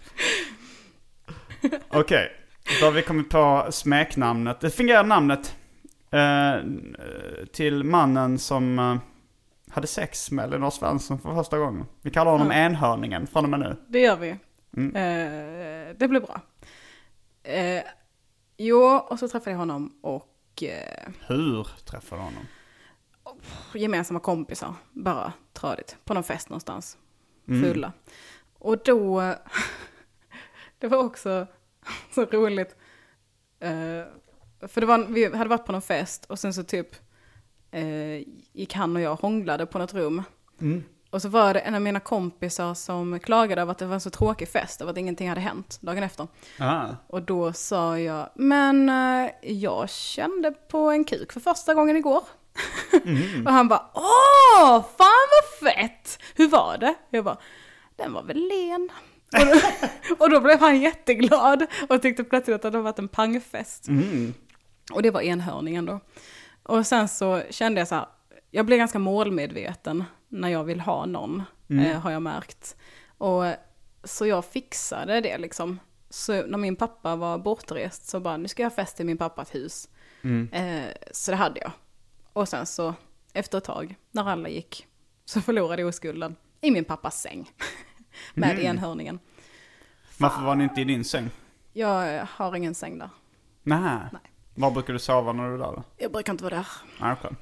Okej, okay. Då har vi kommit på smeknamnet. Det fingerade namnet eh, till mannen som eh, hade sex med Elinor Svensson för första gången. Vi kallar honom ja. enhörningen från och med nu. Det gör vi. Mm. Eh, det blir bra. Eh, jo, och så träffade jag honom och... Eh, Hur träffade du honom? Gemensamma kompisar. Bara tradigt. På någon fest någonstans. Fulla. Mm. Och då... Det var också så roligt. Uh, för det var, vi hade varit på någon fest och sen så typ uh, gick han och jag hånglade på något rum. Mm. och så var det en av mina kompisar som klagade över att det var en så tråkig fest, över att ingenting hade hänt dagen efter. Ah. Och då sa jag, men uh, jag kände på en kuk för första gången igår. Mm. Och han bara, åh, fan vad fett! Hur var det? Jag bara, den var väl len. Och då, och då blev han jätteglad och tyckte plötsligt att det hade varit en pangfest. Mm. Och det var enhörningen då. Och sen så kände jag så här, jag blev ganska målmedveten när jag vill ha någon, mm. eh, har jag märkt. Och så jag fixade det liksom. Så när min pappa var bortrest så bara, nu ska jag ha fest i min pappas hus. Mm. Eh, så det hade jag. Och sen så efter ett tag, när alla gick, så förlorade jag oskulden i min pappas säng. Med mm. enhörningen. Varför var ni inte i din säng? Jag har ingen säng där. Nähä. Nej. Var brukar du sova när du är där då? Jag brukar inte vara där. Ah, okay.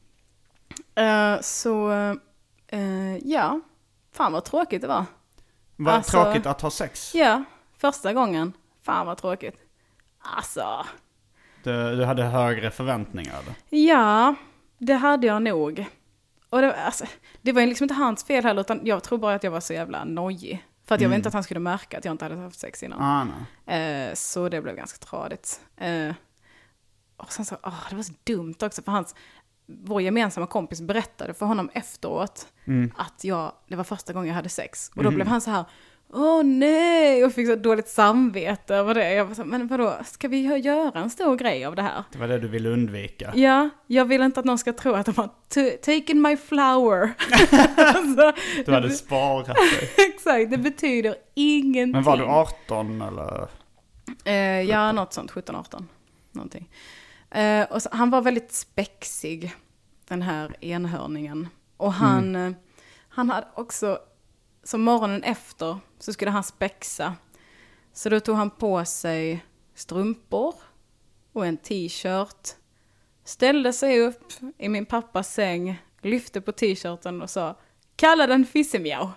Nej. Uh, så, uh, ja. Fan vad tråkigt det var. Var alltså, tråkigt att ha sex? Ja, första gången. Fan vad tråkigt. Alltså. Du, du hade högre förväntningar eller? Ja, det hade jag nog. Och det, alltså, det var liksom inte hans fel heller, utan jag tror bara att jag var så jävla nojig. För att jag mm. vet inte att han skulle märka att jag inte hade haft sex innan. Ah, eh, så det blev ganska tradigt. Eh, och sen så, åh, det var så dumt också, för hans, vår gemensamma kompis berättade för honom efteråt mm. att jag, det var första gången jag hade sex. Och då mm. blev han så här, åh nej, och fick så dåligt samvete över det. Jag var så, men vadå, ska vi göra en stor grej av det här? Det var det du ville undvika. Ja, jag vill inte att någon ska tro att de har t- taken my flower. Alltså, du hade sparat dig. Exakt, det betyder ingenting. Men var du arton eller? Eh, ja, något sånt, sjutton arton. Någonting. Eh, och så, han var väldigt spexig, den här enhörningen. Och han, mm. eh, han hade också... Så morgonen efter så skulle han spexa. Så då tog han på sig strumpor och en t-shirt. Ställde sig upp i min pappas säng, lyfte på t-shirten och sa, kalla den Fissemjau.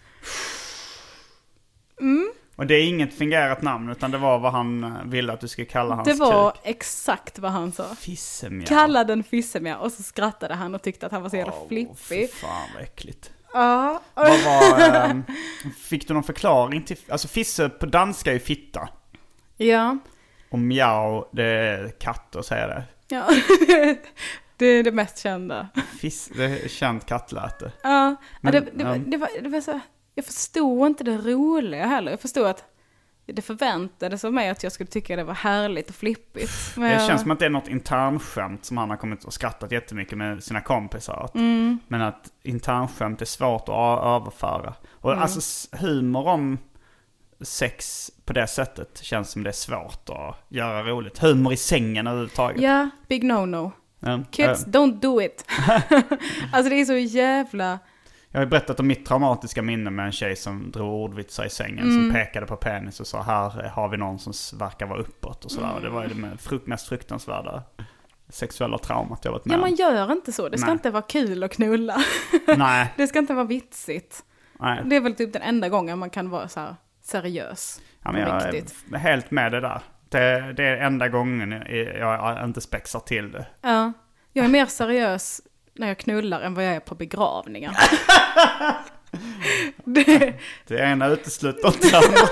Mm. Och det är inget fingerat namn, utan det var vad han ville att du skulle kalla hans kuk. Det var kuk. Exakt vad han sa. Fissemjau. Kalla den Fissemjau. Och så skrattade han och tyckte att han var så jävla oh, flippig. Fan vad äckligt. Ja. Vad var, um, fick du någon förklaring till... Alltså fisse på danska är ju fitta. Ja. Och mjau, det är katter, säger det. Ja, det är det mest kända. Fiss, det är känt kattläte. Ja, men, det, det, um, det, var, det var så... Jag förstod inte det roliga heller. Jag förstod att det förväntades av mig att jag skulle tycka det var härligt och flippigt. Men det jag... känns som att det är något internskämt som han har kommit och skrattat jättemycket med sina kompisar. Att, mm. Men att internskämt är svårt att överföra. Och mm. alltså humor om sex på det sättet känns som det är svårt att göra roligt. Humor i sängen överhuvudtaget. Ja, yeah, big no-no. Mm. Kids, uh. don't do it. Alltså det är så jävla... Jag har berättat om mitt traumatiska minne med en tjej som drog ordvitsar i sängen. Mm. Som pekade på penis och sa, här har vi någon som verkar vara uppåt och sådär. Mm. Och det var ju det med frukt, mest fruktansvärda sexuella traumat jag varit med. Ja, man gör inte så. Det ska Nej. inte vara kul att knulla. Nej. Det ska inte vara vitsigt. Nej. Det är väl typ den enda gången man kan vara så här seriös. Ja, men jag är helt med det där. Det, det är enda gången jag inte spexar till det. Ja, jag är mer seriös när jag knullar än vad jag är på begravningar. det... det ena utesluter inte andra.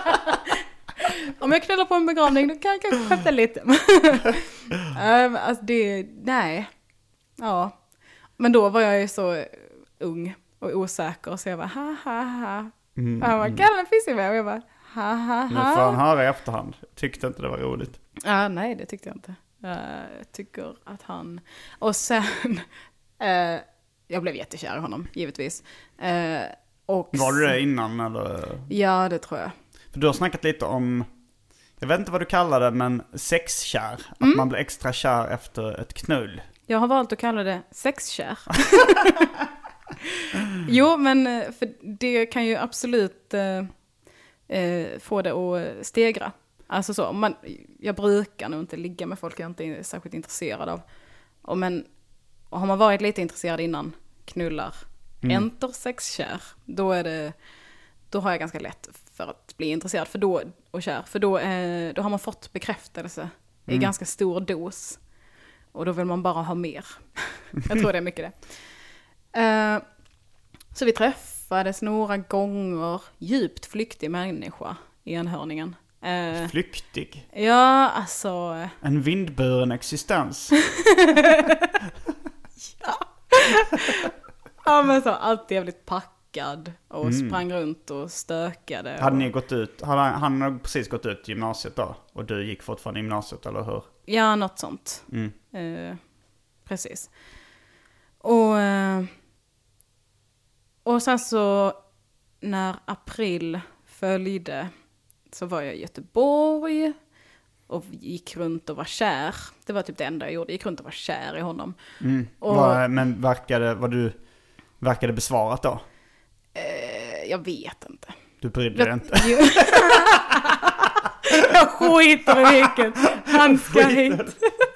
Om jag knullar på en begravning då kan jag kanske skämta lite. um, alltså det, nej. Ja. Men då var jag ju så ung och osäker så jag var ha ha ha. Mm. Jag var kalla fisk med och jag var ha ha ha. Nu får han höra i efterhand. Tyckte inte det var roligt. Ja, nej det tyckte jag inte. Jag tycker att han... Och sen... Uh, jag blev jättekär i honom, givetvis. Uh, och var du det innan eller? Ja, det tror jag. För du har snackat lite om, jag vet inte vad du kallar det, men sexkär. Att mm. man blir extra kär efter ett knull. Jag har valt att kalla det sexkär. Jo, men för det kan ju absolut uh, uh, få det att stegra. Alltså så, man, jag brukar nog inte ligga med folk jag inte är särskilt intresserad av. Och men och har man varit lite intresserad innan, knullar, mm. enter sexkär, då är det, då har jag ganska lätt för att bli intresserad för då, och kär. För då, eh, då har man fått bekräftelse mm. i ganska stor dos. Och då vill man bara ha mer. Jag tror det är mycket det. Uh, Så vi träffades några gånger. Djupt flyktig människa i enhörningen. Eh, Flyktig? Ja, alltså... En vindburen existens. ja. Ja, men så alltid jävligt packad och mm. sprang runt och stökade. Hade och... ni gått ut, hade han, han hade precis gått ut gymnasiet då? Och du gick fortfarande i gymnasiet, eller hur? Ja, något sånt. Mm. Eh, precis. Och, eh, och sen så när april följde så var jag i Göteborg och gick runt och var kär. Det var typ det enda jag gjorde, gick runt och var kär i honom. Mm. Och, var, men verkade, var du, verkade besvarat då? Eh, jag vet inte. Du brydde dig inte? Jag skiter i vilket. Han ska hit.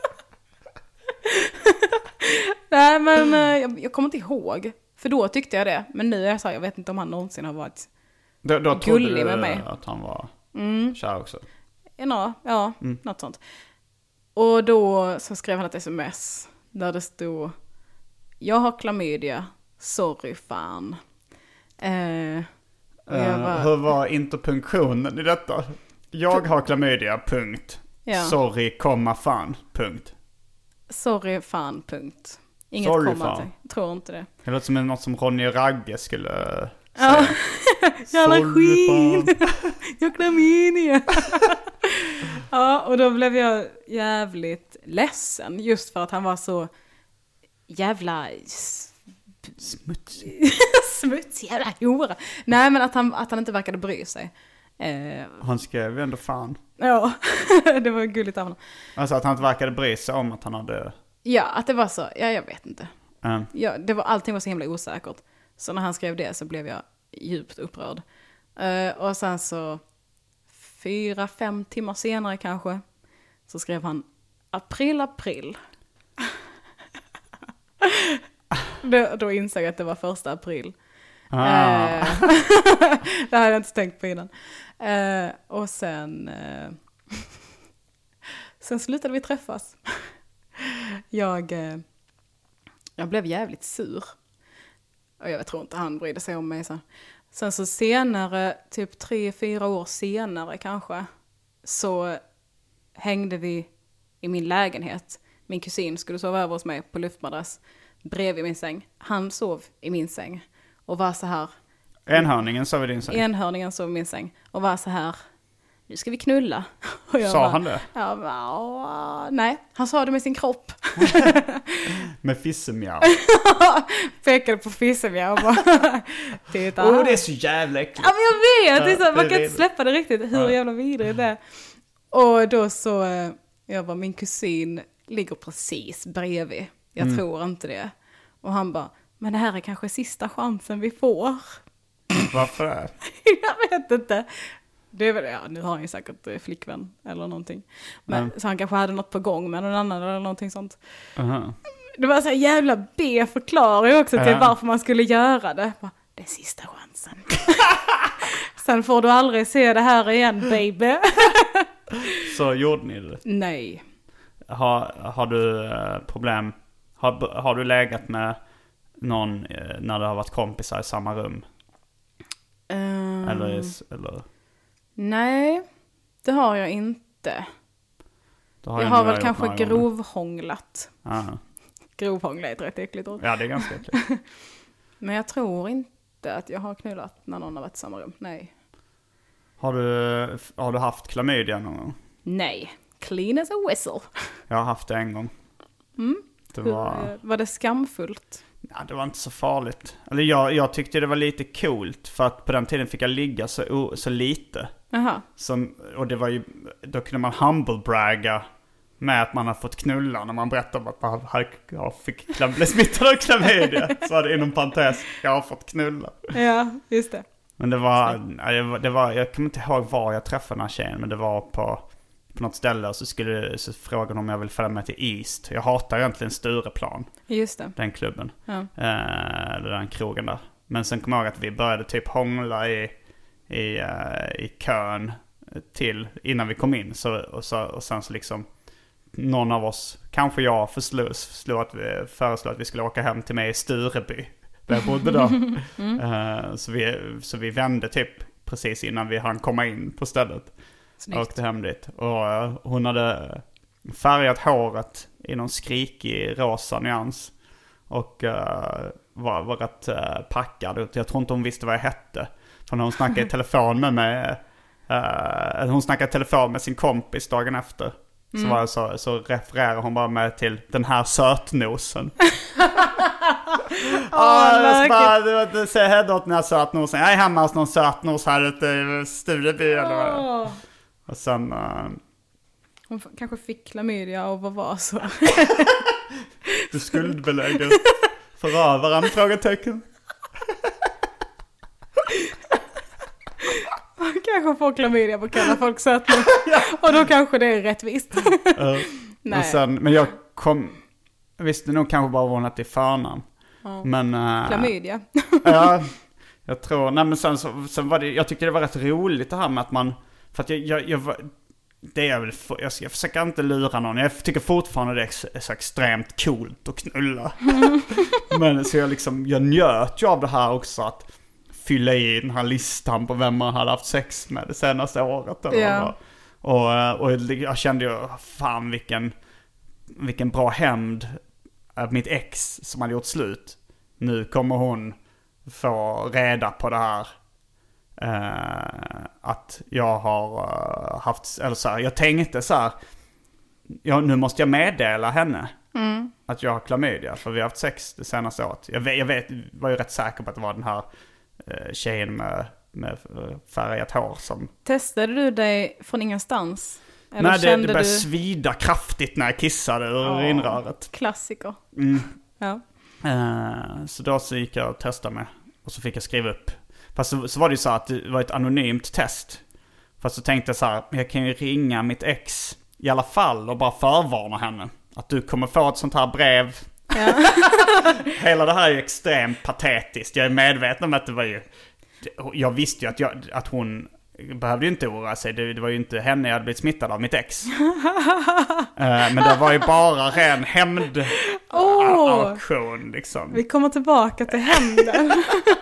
Nej, men jag, jag kommer inte ihåg. För då tyckte jag det. Men nu är jag så här, jag vet inte om han någonsin har varit då, då gullig med mig. Att han var mm. kär också? Ja, ja mm. något sånt. Och då så skrev han ett sms där det stod: jag har klamydia, sorry fan. Eh, och jag bara, uh, hur var interpunktionen i detta? Jag har klamydia, punkt. Ja. Sorry, komma fan, punkt. Sorry, fan, punkt. Inget sorry, komma till. Jag tror inte det. Det låter som något som Ronny Ragge skulle ja. säga. Jävla skit. Jag klamydia. Ja, och då blev jag jävligt ledsen. Just för att han var så jävla... Smutsig. Smutsig, jävla hora. Nej, men att han, att han inte verkade bry sig. Eh, han skrev ändå fan. Ja, det var gulligt av honom. Alltså att han inte verkade bry sig om att han hade... Ja, att det var så. Ja, jag vet inte. Mm. Ja, det var, allting var så himla osäkert. Så när han skrev det så blev jag djupt upprörd. Uh, och sen så fyra, fem timmar senare kanske så skrev han april, april. då, då insåg jag att det var första april. Ah. Uh, det hade jag inte tänkt på innan. Uh, och sen uh, sen slutade vi träffas. jag uh, jag blev jävligt sur. Och jag tror inte han brydde sig om mig så. Sen så senare, typ tre, fyra år senare kanske, så hängde vi i min lägenhet. Min kusin skulle sova över hos mig på luftmadrass bredvid min säng. Han sov i min säng och var så här. Enhörningen sov i din säng? Enhörningen sov i min säng och var så här, nu ska vi knulla. Och jag sa bara, han det? Jag bara, nej, han sa det med sin kropp. Med fissemjau. Pekade på fissemjau och bara, titta. Åh, oh, det är så jävla äckligt. Ja, men jag vet, det är så, ja, man det kan är inte släppa det riktigt, hur ja. jävla vidrigt det är. Och då så, jag bara, min kusin ligger precis bredvid. Jag mm. tror inte det. Och han bara, men det här är kanske sista chansen vi får. Varför det? Jag vet inte. Det är väl, ja, nu har han ju säkert flickvän eller någonting. Men, mm. Så han kanske hade något på gång med någon annan eller någonting sånt. Uh-huh. Det var så här jävla B-förklaring också till uh-huh. varför man skulle göra det. Bara, det är sista chansen. Sen får du aldrig se det här igen, baby. Så gjorde ni det? Nej. Har, har du eh, problem? Har, har du lägat med någon eh, när det har varit kompisar i samma rum? Um... Eller... eller... Nej, det har jag inte. Har jag, jag har väl kanske grovhånglat. Aha. Grovhångla är ett rätt äckligt ord. Ja, det är ganska äckligt. Men jag tror inte att jag har knullat när någon har varit i samma rum. Nej. Har du, har du haft klamydia någon gång? Nej, clean as a whistle. Jag har haft det en gång. Mm. Det Hur, var... var det skamfullt? Ja, det var inte så farligt. Eller jag, jag tyckte det var lite coolt för att på den tiden fick jag ligga så, så lite. Aha. Som, och det var ju, då kunde man humble-bragga med att man har fått knulla när man berättade om att man hade, jag fick klam, blev smittad av klamydia. Så var det inom parentes, jag har fått knulla. Ja, just det. Men det var, det var, det var jag kommer inte ihåg var jag träffade den här tjejen, men det var på, på något ställe och så skulle så frågan om jag vill följa med till East. Jag hatar egentligen Stureplan. Just det. Den klubben. Ja. Eh, den krogen där. Men sen kom jag ihåg att vi började typ hångla i, i, uh, i kön till innan vi kom in. Så, och, så, och sen så liksom någon av oss, kanske jag, förslog, förslog att vi, föreslog att vi skulle åka hem till mig i Stureby. där jag bodde då. Mm. Uh, så, vi, så vi vände typ precis innan vi hann komma in på stället. Snyggt. Åkte hem dit. Och uh, hon hade färgat håret i någon skrikig rosa nyans. Och uh, var, var rätt uh, packad. Jag tror inte hon visste vad jag hette. För när hon snackade i telefon med mig... Uh, hon snackade i telefon med sin kompis dagen efter. Så, Mm. var så, så refererar hon bara med till den här sötnosen. Åh, oh, oh, du säger Hedda åt den här sötnosen. Jag är hemma hos någon sötnos här ute i Stureby eller vad det är. oh. Och sen... Uh, Hon f- kanske fick klamydia och vad var så. du skuldbelägger förövaren, frågetecken. Man kanske får klamydia på att kalla folk sötnos. Och då kanske det är rättvist. uh, Nej. Och sen, men jag kom... Visste nog kanske bara var hon hette i förnamn. Ja. Men... Uh, Klamydia. Ja, jag tror... Nej men sen, så, sen var det... Jag tyckte det var rätt roligt det här med att man... För att jag... jag, jag var, det är väl... Jag, jag försöker inte lura någon. Jag tycker fortfarande det är så extremt coolt att knulla. Mm. Men så jag liksom... Jag njöt ju av det här också att fylla i den här listan på vem man hade haft sex med det senaste året. Eller Ja. och, och jag kände ju... Fan vilken... Vilken bra hämnd av mitt ex som hade gjort slut. Nu kommer hon få reda på det här. Eh, att jag har uh, haft... Eller så här, jag tänkte så här... Ja, nu måste jag meddela henne. Mm. Att jag har klamydia. För vi har haft sex det senaste året. Jag, vet, jag vet, var ju rätt säker på att det var den här uh, tjejen med, med färgat hår som... Testade du dig från ingenstans? Eller Nej, det, det kände började du... svida kraftigt när jag kissade ur Ja. inröret. Klassiker. Mm. Ja. Uh, så då så gick jag och testade mig. Och så fick jag skriva upp. Fast så, så var det ju så att det var ett anonymt test. Fast så tänkte jag så här, jag kan ju ringa mitt ex i alla fall och bara förvarna henne. Att du kommer få ett sånt här brev. Ja. Hela det här är ju extremt patetiskt. Jag är medveten om att det var ju... Jag visste ju att, jag, att hon behövde ju inte oroa sig. Det, det var ju inte henne jag hade blivit smittad av, mitt ex. uh, men det var ju bara ren hämnd-aktion Oh, liksom. vi kommer tillbaka till hämnden.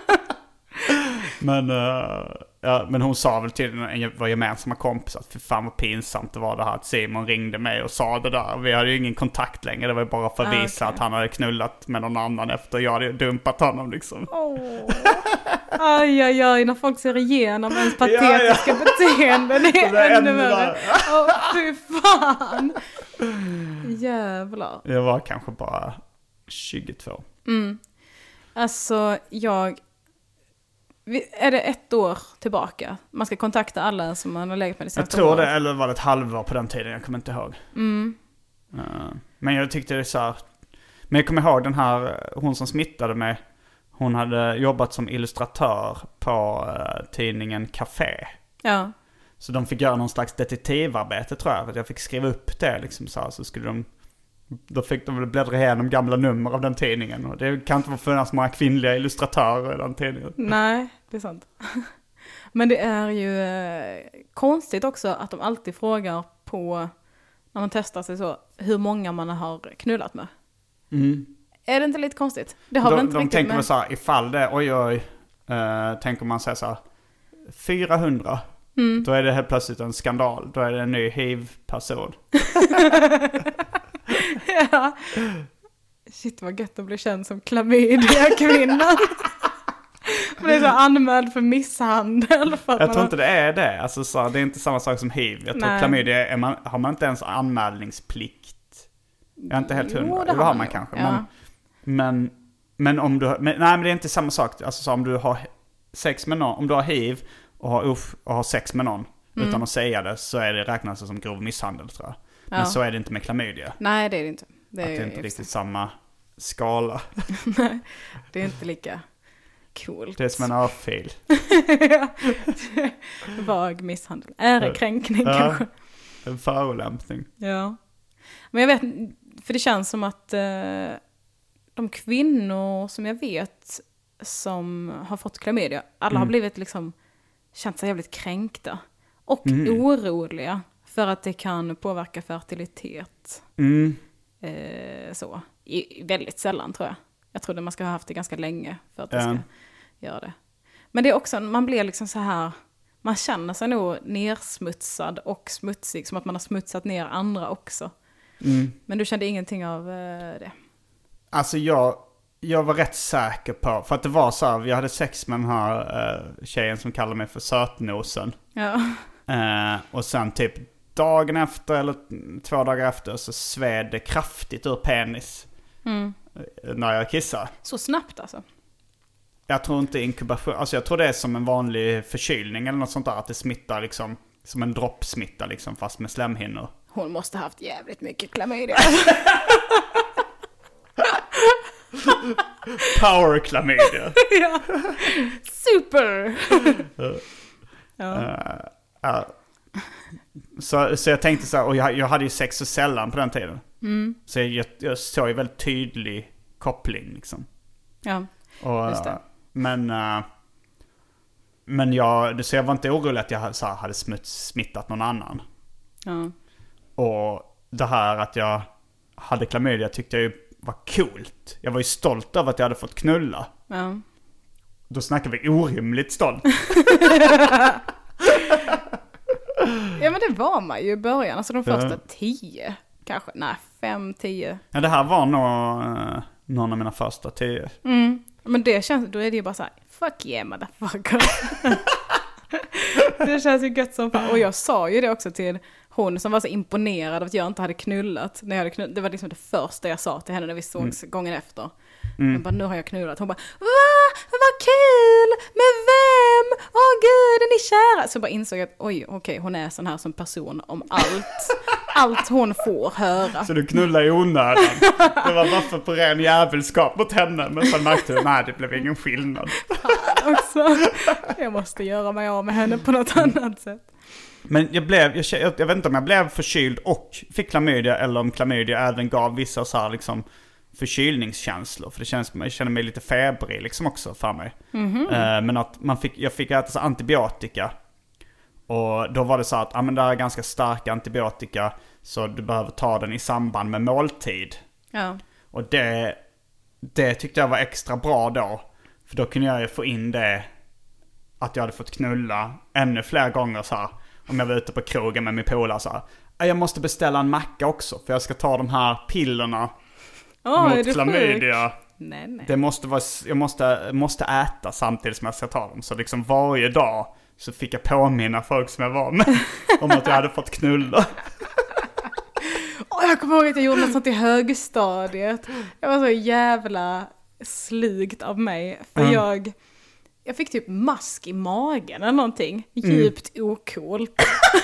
Men, uh, ja, men hon sa väl till en var gemensamma kompis att för fan vad pinsamt det var det här att Simon ringde mig och sa det där. Vi hade ju ingen kontakt längre. Det var ju bara för att visa okay. att han hade knullat med någon annan efter jag hade dumpat honom liksom. Oh. Aj, aj, aj, när folk ser igenom ens patetiska ja, ja. beteende. Det är, det är ännu värre. Åh, fy fan. Jävlar. Jag var kanske bara tjugotvå. Mm. Alltså, jag... Är det ett år tillbaka? Man ska kontakta alla som man har legat med det Jag tror det, eller var det ett halvår på den tiden, jag kommer inte ihåg. Mm. Uh, men jag tyckte det är så här... Men jag kommer ihåg den här, hon som smittade mig. Hon hade jobbat som illustratör på uh, tidningen Café. Ja. Så de fick göra någon slags detektivarbete tror jag. För att jag fick skriva upp det liksom så här, så skulle de... Då fick de väl bläddra igenom gamla nummer av den tidningen. Och det kan inte vara funnits många kvinnliga illustratörer i den tidningen. Nej, det är sant. Men det är ju eh, konstigt också att de alltid frågar på, när man testar sig så, hur många man har knullat med. Mm. Är det inte lite konstigt? Det har de, väl inte de riktigt tänker med... väl så här, ifall det, oj oj, uh, tänker man säga så här, fyrahundra. Mm. Då är det helt plötsligt en skandal. Då är det en ny hiv-person. Ja. Shit vad gött att bli känd som klamydia-kvinnan. Det är så anmäld för misshandel. För att jag man tror har... inte det är det. Alltså, så, det är inte samma sak som hiv. Jag tror Nej. klamydia är man, har man inte ens anmälningsplikt. Jag är inte helt Jo, hundra. det Det har har man man ju. kanske. Ja. Men, men, men om du... Men, nej, men det är inte samma sak. Alltså, så om du har sex med någon, om du har hiv och har, uff, och har sex med någon mm. utan att säga det, så är det räknas som grov misshandel tror jag. Men ja. så är det inte med klamydia. Nej, det är det inte. Det är, att det är inte riktigt samma skala. Nej, det är inte lika coolt. Det är som en örfil. Vag misshandel. Ärekränkning ja, kanske. En förolämpning. Ja. Men jag vet, för det känns som att eh, de kvinnor som jag vet som har fått klamydia, alla mm. har blivit liksom, känt sig jävligt kränkta. Och mm. oroliga för att det kan påverka fertilitet. Mm. Eh, så. I, väldigt sällan tror jag. Jag trodde man ska ha haft det ganska länge för att det Mm. ska göra det. Men det är också, man blir liksom så här, man känner sig nog nersmutsad och smutsig, som att man har smutsat ner andra också. Mm. Men du kände ingenting av eh, det? Alltså jag, jag var rätt säker på, för att det var så här, jag hade sex med den här uh, tjejen som kallar mig för sötnosen. Ja. Uh, och sen typ dagen efter eller två dagar efter så sved det kraftigt ur penis. Mm. När jag kissar. Så snabbt alltså? Jag tror inte inkubation, alltså jag tror det är som en vanlig förkylning eller något sånt där. Att det smittar liksom, som en droppsmitta liksom, fast med slemhinnor. Hon måste ha haft jävligt mycket klamydia. Power klamydia. Ja. Super! Ja. Uh, uh, så, så jag tänkte så här, och jag, jag hade ju sex så sällan på den tiden. Mm. Så jag, jag såg ju väldigt tydlig koppling liksom. Ja, och, just det. Men, uh, men jag, så jag var inte orolig att jag så här, hade smuts, smittat någon annan. Ja. Och det här att jag hade klamydia tyckte jag ju var coolt. Jag var ju stolt över att jag hade fått knulla. Ja. Då snackar vi orimligt stolt. Ja, men det var man ju i början. Alltså de första Ja. tio, kanske. Nej, fem, tio. Ja, det här var nog uh, någon av mina första tio. Mm. Men det känns, då är det ju bara så här, fuck yeah motherfucker. Det känns ju gött som fan. Och jag sa ju det också till hon som var så imponerad av att jag inte hade knullat. När jag hade knullat. Det var liksom det första jag sa till henne när vi sågs mm. gången efter. Mm. Jag bara, nu har jag knullat. Hon bara, va? Vad kul! Med vem? Åh oh, gud, är ni kära? Så jag bara insåg att, oj, okej, okay, hon är sån här som person om allt. Allt hon får höra. Så du knullar i onödan. Det var varför på ren jävelskap mot henne. Men sen märkte du, nej, det blev ingen skillnad. Också. Jag måste göra mig av med henne på något annat sätt. Men jag blev, jag, jag, jag vet inte om jag blev förkyld och fick klamydia, eller om klamydia även gav vissa så här liksom förkylningskänslor. För det känns, jag känner mig lite febrig liksom också för mig. Mm-hmm. Uh, men att man fick, jag fick äta så antibiotika. Och då var det så att, ja men det är ganska stark antibiotika, så du behöver ta den i samband med måltid. Ja. Och det, det tyckte jag var extra bra då. För då kunde jag ju få in det, att jag hade fått knulla ännu fler gånger så här. Om jag var ute på krogen med min polare så här, jag måste beställa en macka också, för jag ska ta de här pillerna oh, mot klamydia. Nej, nej. Det måste vara, jag måste, måste äta samtidigt som jag ska ta dem. Så liksom varje dag så fick jag påminna folk som jag var med om att jag hade fått knulla. Oh, jag kommer ihåg att jag gjorde något sånt i högstadiet. Jag var så jävla slygt av mig. För mm. jag, jag fick typ mask i magen eller någonting. Djupt mm. ocoolt.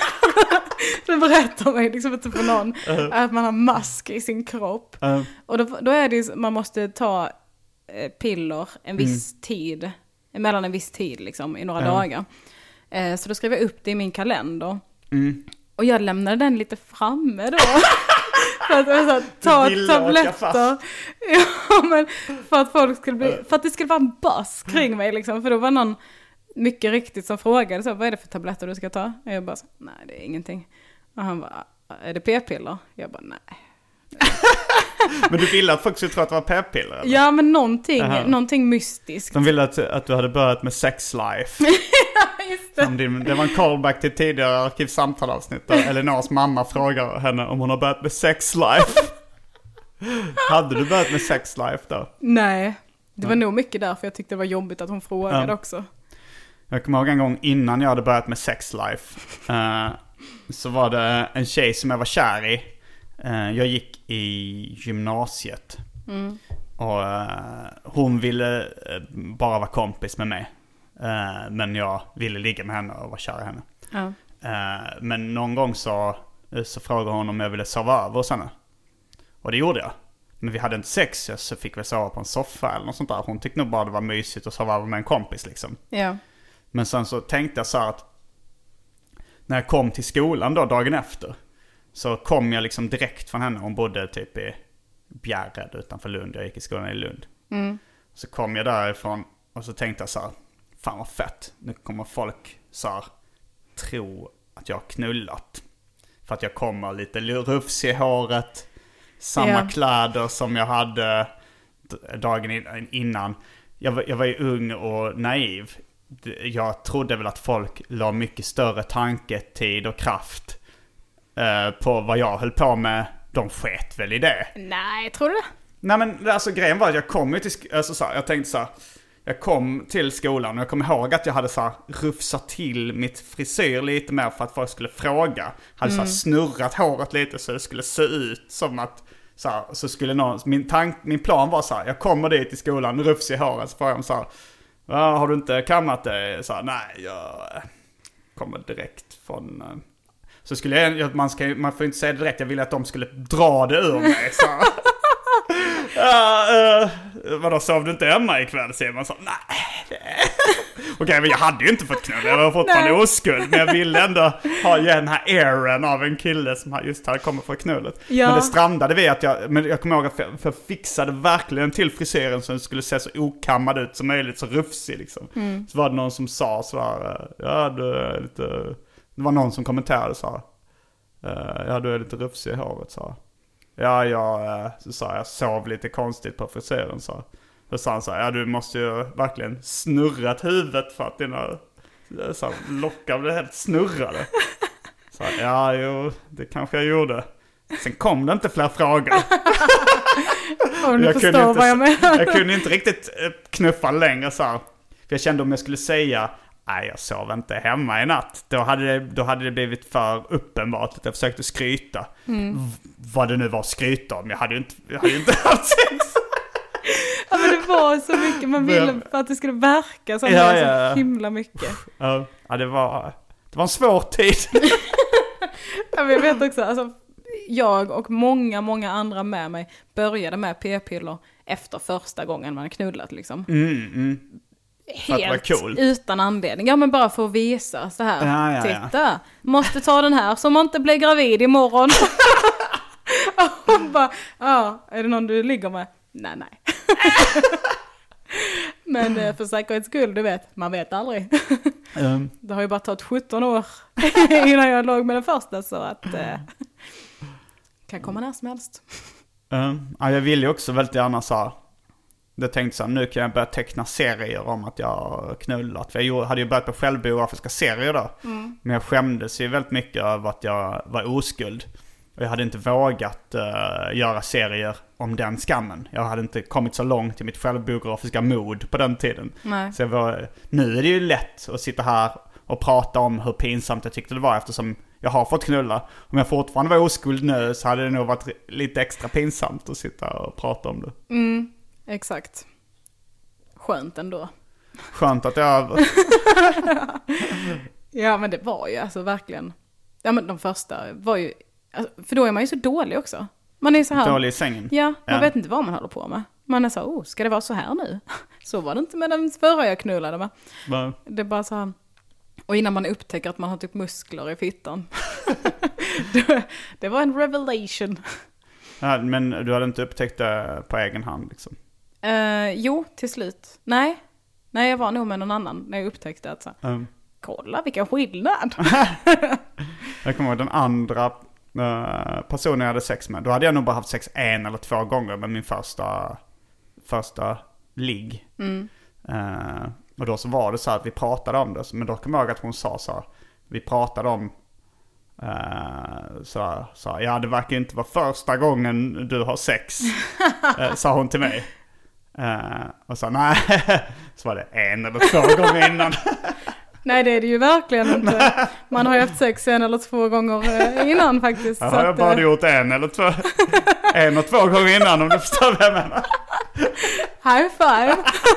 Så berättar mig liksom inte för någon uh. att man har mask i sin kropp. Uh. Och då, då är det man måste ta eh, piller en viss mm. tid. Mellan en viss tid liksom, i några uh. dagar. Eh, så då skrev jag upp det i min kalender. Mm. Och jag lämnade den lite framme då. För att jag så, ta tabletter. Ja, men för att folk skulle bli, för att det skulle vara en buzz kring mig liksom. För då var någon mycket riktigt som frågade så, vad är det för tabletter du ska ta? Och jag bara så, nej det är ingenting. Och han bara, är det p-piller? Jag bara, nej. Men du ville att folk skulle tro att det var p-piller? Eller? Ja, men någonting, någonting mystiskt. De ville att, att du hade börjat med sex life. Ja, just det. Din, det var en callback till tidigare arkivsamtalavsnitt där Elinors mamma frågar henne om hon har börjat med sex life. Hade du börjat med sex life då? Nej, det var ja. nog mycket därför jag tyckte det var jobbigt att hon frågade ja. också. Jag kommer ihåg en gång innan jag hade börjat med sex life. Uh, så var det en tjej som jag var kär i. Uh, jag gick i gymnasiet. Mm. Och uh, hon ville uh, bara vara kompis med mig. Uh, men jag ville ligga med henne och vara kär i henne. Ja. Uh, men någon gång så, så frågade hon om jag ville sova över hos henne. Och det gjorde jag. Men vi hade inte sex, så fick vi sova på en soffa eller något sånt där. Hon tyckte nog bara det var mysigt att sova över med en kompis liksom. Ja. Men sen så tänkte jag så här att när jag kom till skolan då dagen efter, så kom jag liksom direkt från henne. Hon bodde typ i Bjärred utanför Lund. Jag gick i skolan i Lund. Mm. Så kom jag därifrån och så tänkte jag så här, fan vad fett. Nu kommer folk så här tro att jag har knullat. För att jag kommer lite rufs i håret. Samma ja. kläder som jag hade dagen innan. Jag var, jag var ju ung och naiv. Jag trodde väl att folk la mycket större tanketid och kraft eh, på vad jag höll på med. De sket väl i det. Nej, tror du det? Nej, men alltså grejen var att jag kom ju till sk- alltså, så här, jag tänkte så här, jag kom till skolan och jag kommer ihåg att jag hade så här rufsat till mitt frisyr lite mer för att folk skulle fråga. Hade mm. så här snurrat håret lite så det skulle se ut som att så, här, så skulle någon, min, tank, min plan var så här, jag kommer dit till skolan, rufs i håret, så får jag så här, har du inte kammat det? Så här, nej, jag kommer direkt från... Så skulle jag, man, ska, man får inte säga det direkt, jag ville att de skulle dra det ur mig. Så här. Ja, uh, vadå, sov du inte hemma ikväll? Säger man så, nej. Okej, okay, men jag hade ju inte fått knulla, jag var fortfarande oskuld. Men jag ville ändå ha den här airen av en kille som just hade kommit för knullet. Ja. Men det strandade vid att jag, men jag kommer ihåg att jag, för jag fixade verkligen till frisyren så den skulle se så okammad ut som möjligt, så rufsig liksom. Mm. Så var det någon som sa så här, ja du är lite, det var någon som kommenterade så här, ja du är lite rufsig i håret, så här. Ja, jag, så sa jag sov lite konstigt på frisyren, så. Då sa han så här, ja du måste ju verkligen snurrat huvudet för att dina så här, lockar blev helt snurrade. Så här, ja, jo, det kanske jag gjorde. Sen kom det inte fler frågor. Om du jag förstår inte, vad jag menar. Jag kunde inte riktigt knuffa längre så här. För jag kände om jag skulle säga, nej jag sov inte hemma i natt. Då hade det, då hade det blivit för uppenbart att jag försökte skryta. Mm. V- vad det nu var att skryta om. Jag hade ju inte, jag hade inte haft sex. Ja, men det var så mycket. Man ville för att det skulle verka som ja, det ja. så himla mycket. Ja, det var, det var en svår tid. Ja, men jag vet också, alltså, jag och många, många andra med mig började med p-piller efter första gången man knullat liksom. Mm, mm. Helt cool. Utan anledning. Ja, men bara för att visa så här. Ja, ja, ja. Titta, måste ta den här så man inte blir gravid imorgon. Och hon bara, ja, är det någon du ligger med? Nej, nej. Men för säkerhets skull, du vet, man vet aldrig. Um. Det har ju bara tagit sjutton år innan jag låg med den första, så att eh, kan komma när som helst. Um. Ja, jag vill ju också väldigt gärna så här. Jag tänkte så här, nu kan jag börja teckna serier om att jag har knullat. För jag hade ju börjat på självbiografiska serier då. Mm. Men jag skämdes ju väldigt mycket över att jag var oskuld. Och jag hade inte vågat uh, göra serier om den skammen. Jag hade inte kommit så långt i mitt självbiografiska mod på den tiden. Nej. Så jag var, nu är det ju lätt att sitta här och prata om hur pinsamt jag tyckte det var, eftersom jag har fått knulla. Om jag fortfarande var oskuld nu så hade det nog varit lite extra pinsamt att sitta och prata om det. Mm, exakt. Skönt ändå. Skönt att det är över. Ja, men det var ju alltså verkligen. Ja, men de första var ju, för då är man ju så dålig också. Man är så här. Dålig i sängen. Ja, man ja. vet inte vad man håller på med. Man är så, oh, ska det vara så här nu? Så var det inte med den förra jag knullade med. Va? Det är bara så här. Och innan man upptäcker att man har typ muskler i fittan. det, det var en revelation. Ja, men du hade inte upptäckt det på egen hand liksom? Uh, jo, till slut. Nej. Nej, jag var nog med någon annan när jag upptäckte att så här, um. kolla vilken skillnad. Jag kommer ihåg den andra uh, personen jag hade sex med. Då hade jag nog bara haft sex en eller två gånger med min första, första ligg. Mm. Uh, och då så var det så här att vi pratade om det. Men då kommer jag ihåg att hon sa så här, vi pratade om uh, så här, så här, ja det verkar inte vara första gången du har sex. uh, sa hon till mig. Uh, och så nej, så var det en eller två gånger innan. Nej, det är det ju verkligen inte. Man har ju haft sex en eller två gånger innan faktiskt. Jag har jag bara att, gjort en eller två en och två gånger innan, om du förstår vad jag menar. High five.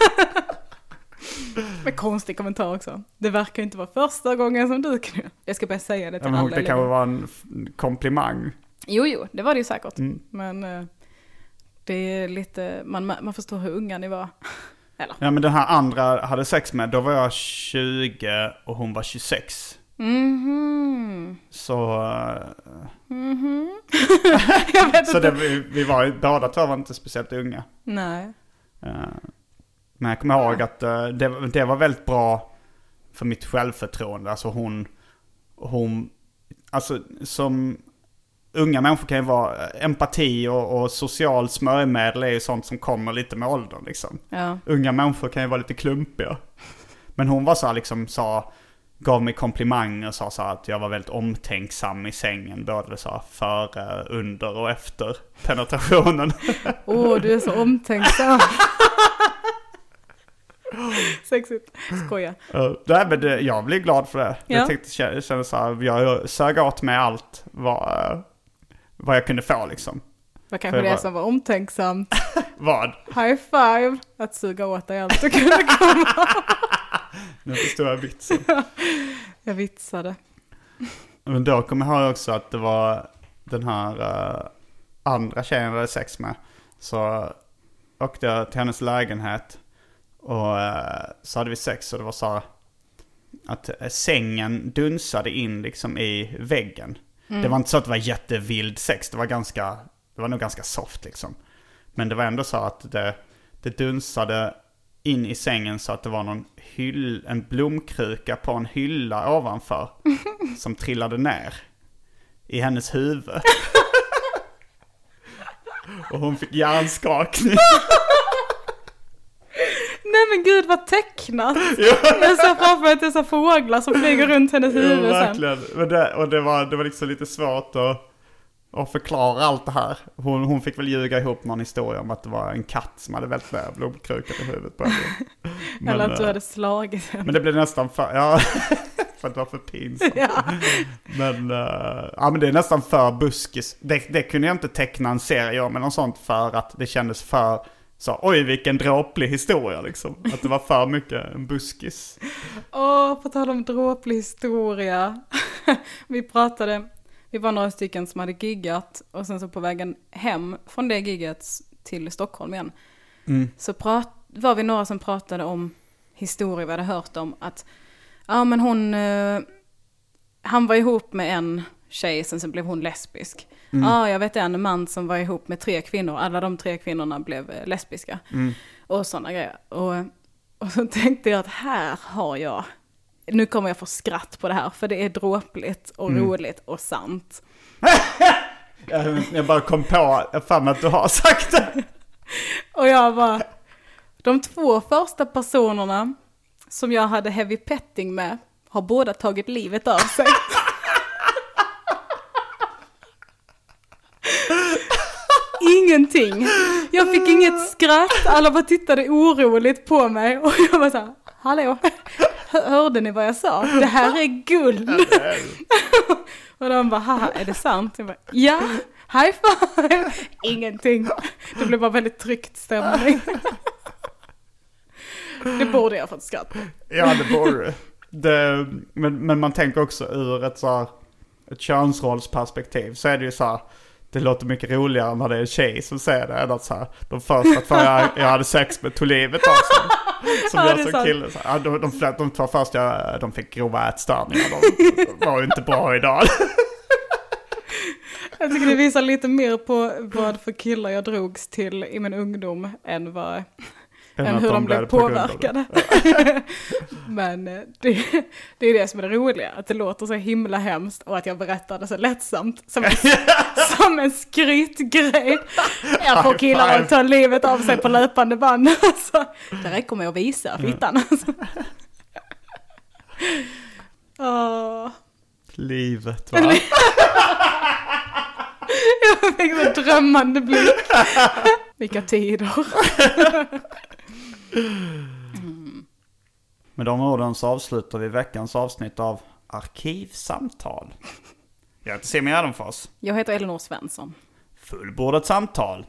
Med konstig kommentar också. Det verkar inte vara första gången som du kan. Jag ska bara säga det till ja, alla. Det kan väl vara en komplimang. Jo, jo, det var det ju säkert. Mm. Men uh, det är lite, man, man förstår hur unga ni var. Eller? Ja, men den här andra hade sex med, då var jag tjugo och hon var tjugosex. Mhm. Så mhm. Jag vet så det, vi, vi var båda två var inte speciellt unga. Nej. Uh, men jag kommer ihåg att uh, det, det var väldigt bra för mitt självförtroende. Alltså hon hon alltså som unga människor kan ju vara empati och, och social smörjmedel är ju sånt som kommer lite med åldern liksom. Ja. Unga människor kan ju vara lite klumpiga. Men hon var så här, liksom sa, gav mig komplimanger och sa så här att jag var väldigt omtänksam i sängen, både så här före, under och efter penetrationen. Åh, oh, du är så omtänksam. Sexigt. Skoja. Uh, nej, men det, jag blir glad för det. Ja. Jag tänkte, jag kände så här, jag sög åt mig allt vad, vad jag kunde få liksom. Vad kanske det är som var omtänksamt. Vad? High five. Att suga åt dig allt du kunde komma. Nu förstår jag vitsen. Jag vitsade. Men då kommer jag ihåg också att det var den här uh, andra tjejen jag hade sex med. Så åkte jag till hennes lägenhet. Och uh, så hade vi sex och det var så här att uh, sängen dunsade in liksom i väggen. Mm. Det var inte så att det var jättevild sex. Det var ganska, det var nog ganska soft liksom. Men det var ändå så att det, det dunsade in i sängen så att det var någon hyll, en blomkruka på en hylla ovanför som trillade ner i hennes huvud. Och hon fick hjärnskakning. Nej men gud, vad tecknat. Ja. Jag ser framför att det är så fåglar som flyger runt hennes huvud. Ja, verkligen. Men det, och det var, det var liksom lite svårt att, att förklara allt det här. Hon, hon fick väl ljuga ihop någon historia om att det var en katt som hade vält ner blomkrukan i huvudet på henne. Men, eller att du hade slagit henne. Men det blev nästan för... Ja, för att det var för pinsamt. Ja. Men, uh, ja, men det är nästan för buskis. Det, det kunde jag inte teckna en serie om eller något sånt för att det kändes för... Så, oj, vilken dråplig historia liksom. Att det var för mycket en buskis. Åh, oh, på tal om dråplig historia. Vi pratade, vi var några stycken som hade giggat. Och sen så på vägen hem från det gigget till Stockholm igen. Mm. Så prat, var vi några som pratade om historier vi hade hört om. Att, ja men hon, eh, han var ihop med en tjej, sen så blev hon lesbisk. Ja, mm. ah, jag vet en man som var ihop med tre kvinnor. Alla de tre kvinnorna blev eh, lesbiska. Mm. Och sådana grejer. Och, och så tänkte jag att här har jag... Nu kommer jag få skratt på det här. För det är dråpligt och mm. roligt och sant. jag, jag bara kom på fan att du har sagt det. Och jag bara... De två första personerna som jag hade heavy petting med har båda tagit livet av sig. Ingenting. Jag fick inget skratt. Alla bara tittade oroligt på mig. Och jag var så här, hallå, hörde ni vad jag sa? Det här är guld. Och de bara, haha, är det sant? Jag bara, ja, high five. Ingenting. Det blev bara väldigt tryckt stämning. Det borde jag fått skratt på. Ja, det borde det. Men, men man tänker också ur ett, så här, ett könsrollsperspektiv. Så är det ju så här, det låter mycket roligare när det är en tjej som säger det. Än att så här, de första för jag, jag hade sex med tog livet av sig. Som ja, jag som kille. Så här, de, de, de, de två första jag, de fick grova ätstörningar. De var ju inte bra idag. Jag tycker det visar lite mer på vad för killar jag drogs till i min ungdom än vad... än, än hur de, de blev påverkade. Men det, det är det som är det roliga. Att det låter så himla hemskt och att jag berättade så lättsamt. Som en, som en skrytgrej. Jag får killar att ta livet av sig på löpande band. Så, det räcker med att visa fittan. Alltså. Oh. Livet, va? Jag fick en drömmande blick. Vilka tider. Mm. Med de orden så avslutar vi veckans avsnitt av Arkivsamtal. Jag heter Simon Gärdenfors. Jag heter Elinor Svensson. Fullbordat samtal.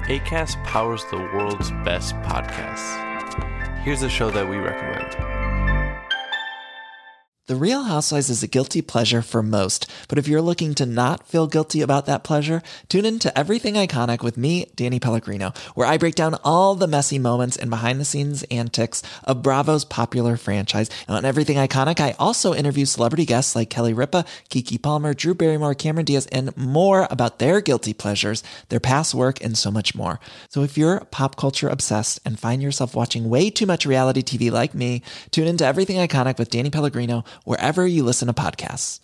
Acast powers the world's best podcasts. Here's a show that we recommend. The Real Housewives is a guilty pleasure for most, but if you're looking to not feel guilty about that pleasure, tune in to Everything Iconic with me, Danny Pellegrino, where I break down all the messy moments and behind-the-scenes antics of Bravo's popular franchise. And on Everything Iconic, I also interview celebrity guests like Kelly Ripa, Keke Palmer, Drew Barrymore, Cameron Diaz, and more about their guilty pleasures, their past work, and so much more. So if you're pop culture obsessed and find yourself watching way too much reality T V like me, tune into Everything Iconic with Danny Pellegrino, wherever you listen to podcasts.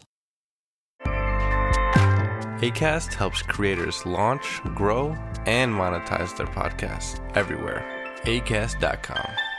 Acast helps creators launch, grow, and monetize their podcasts everywhere. Acast dot com.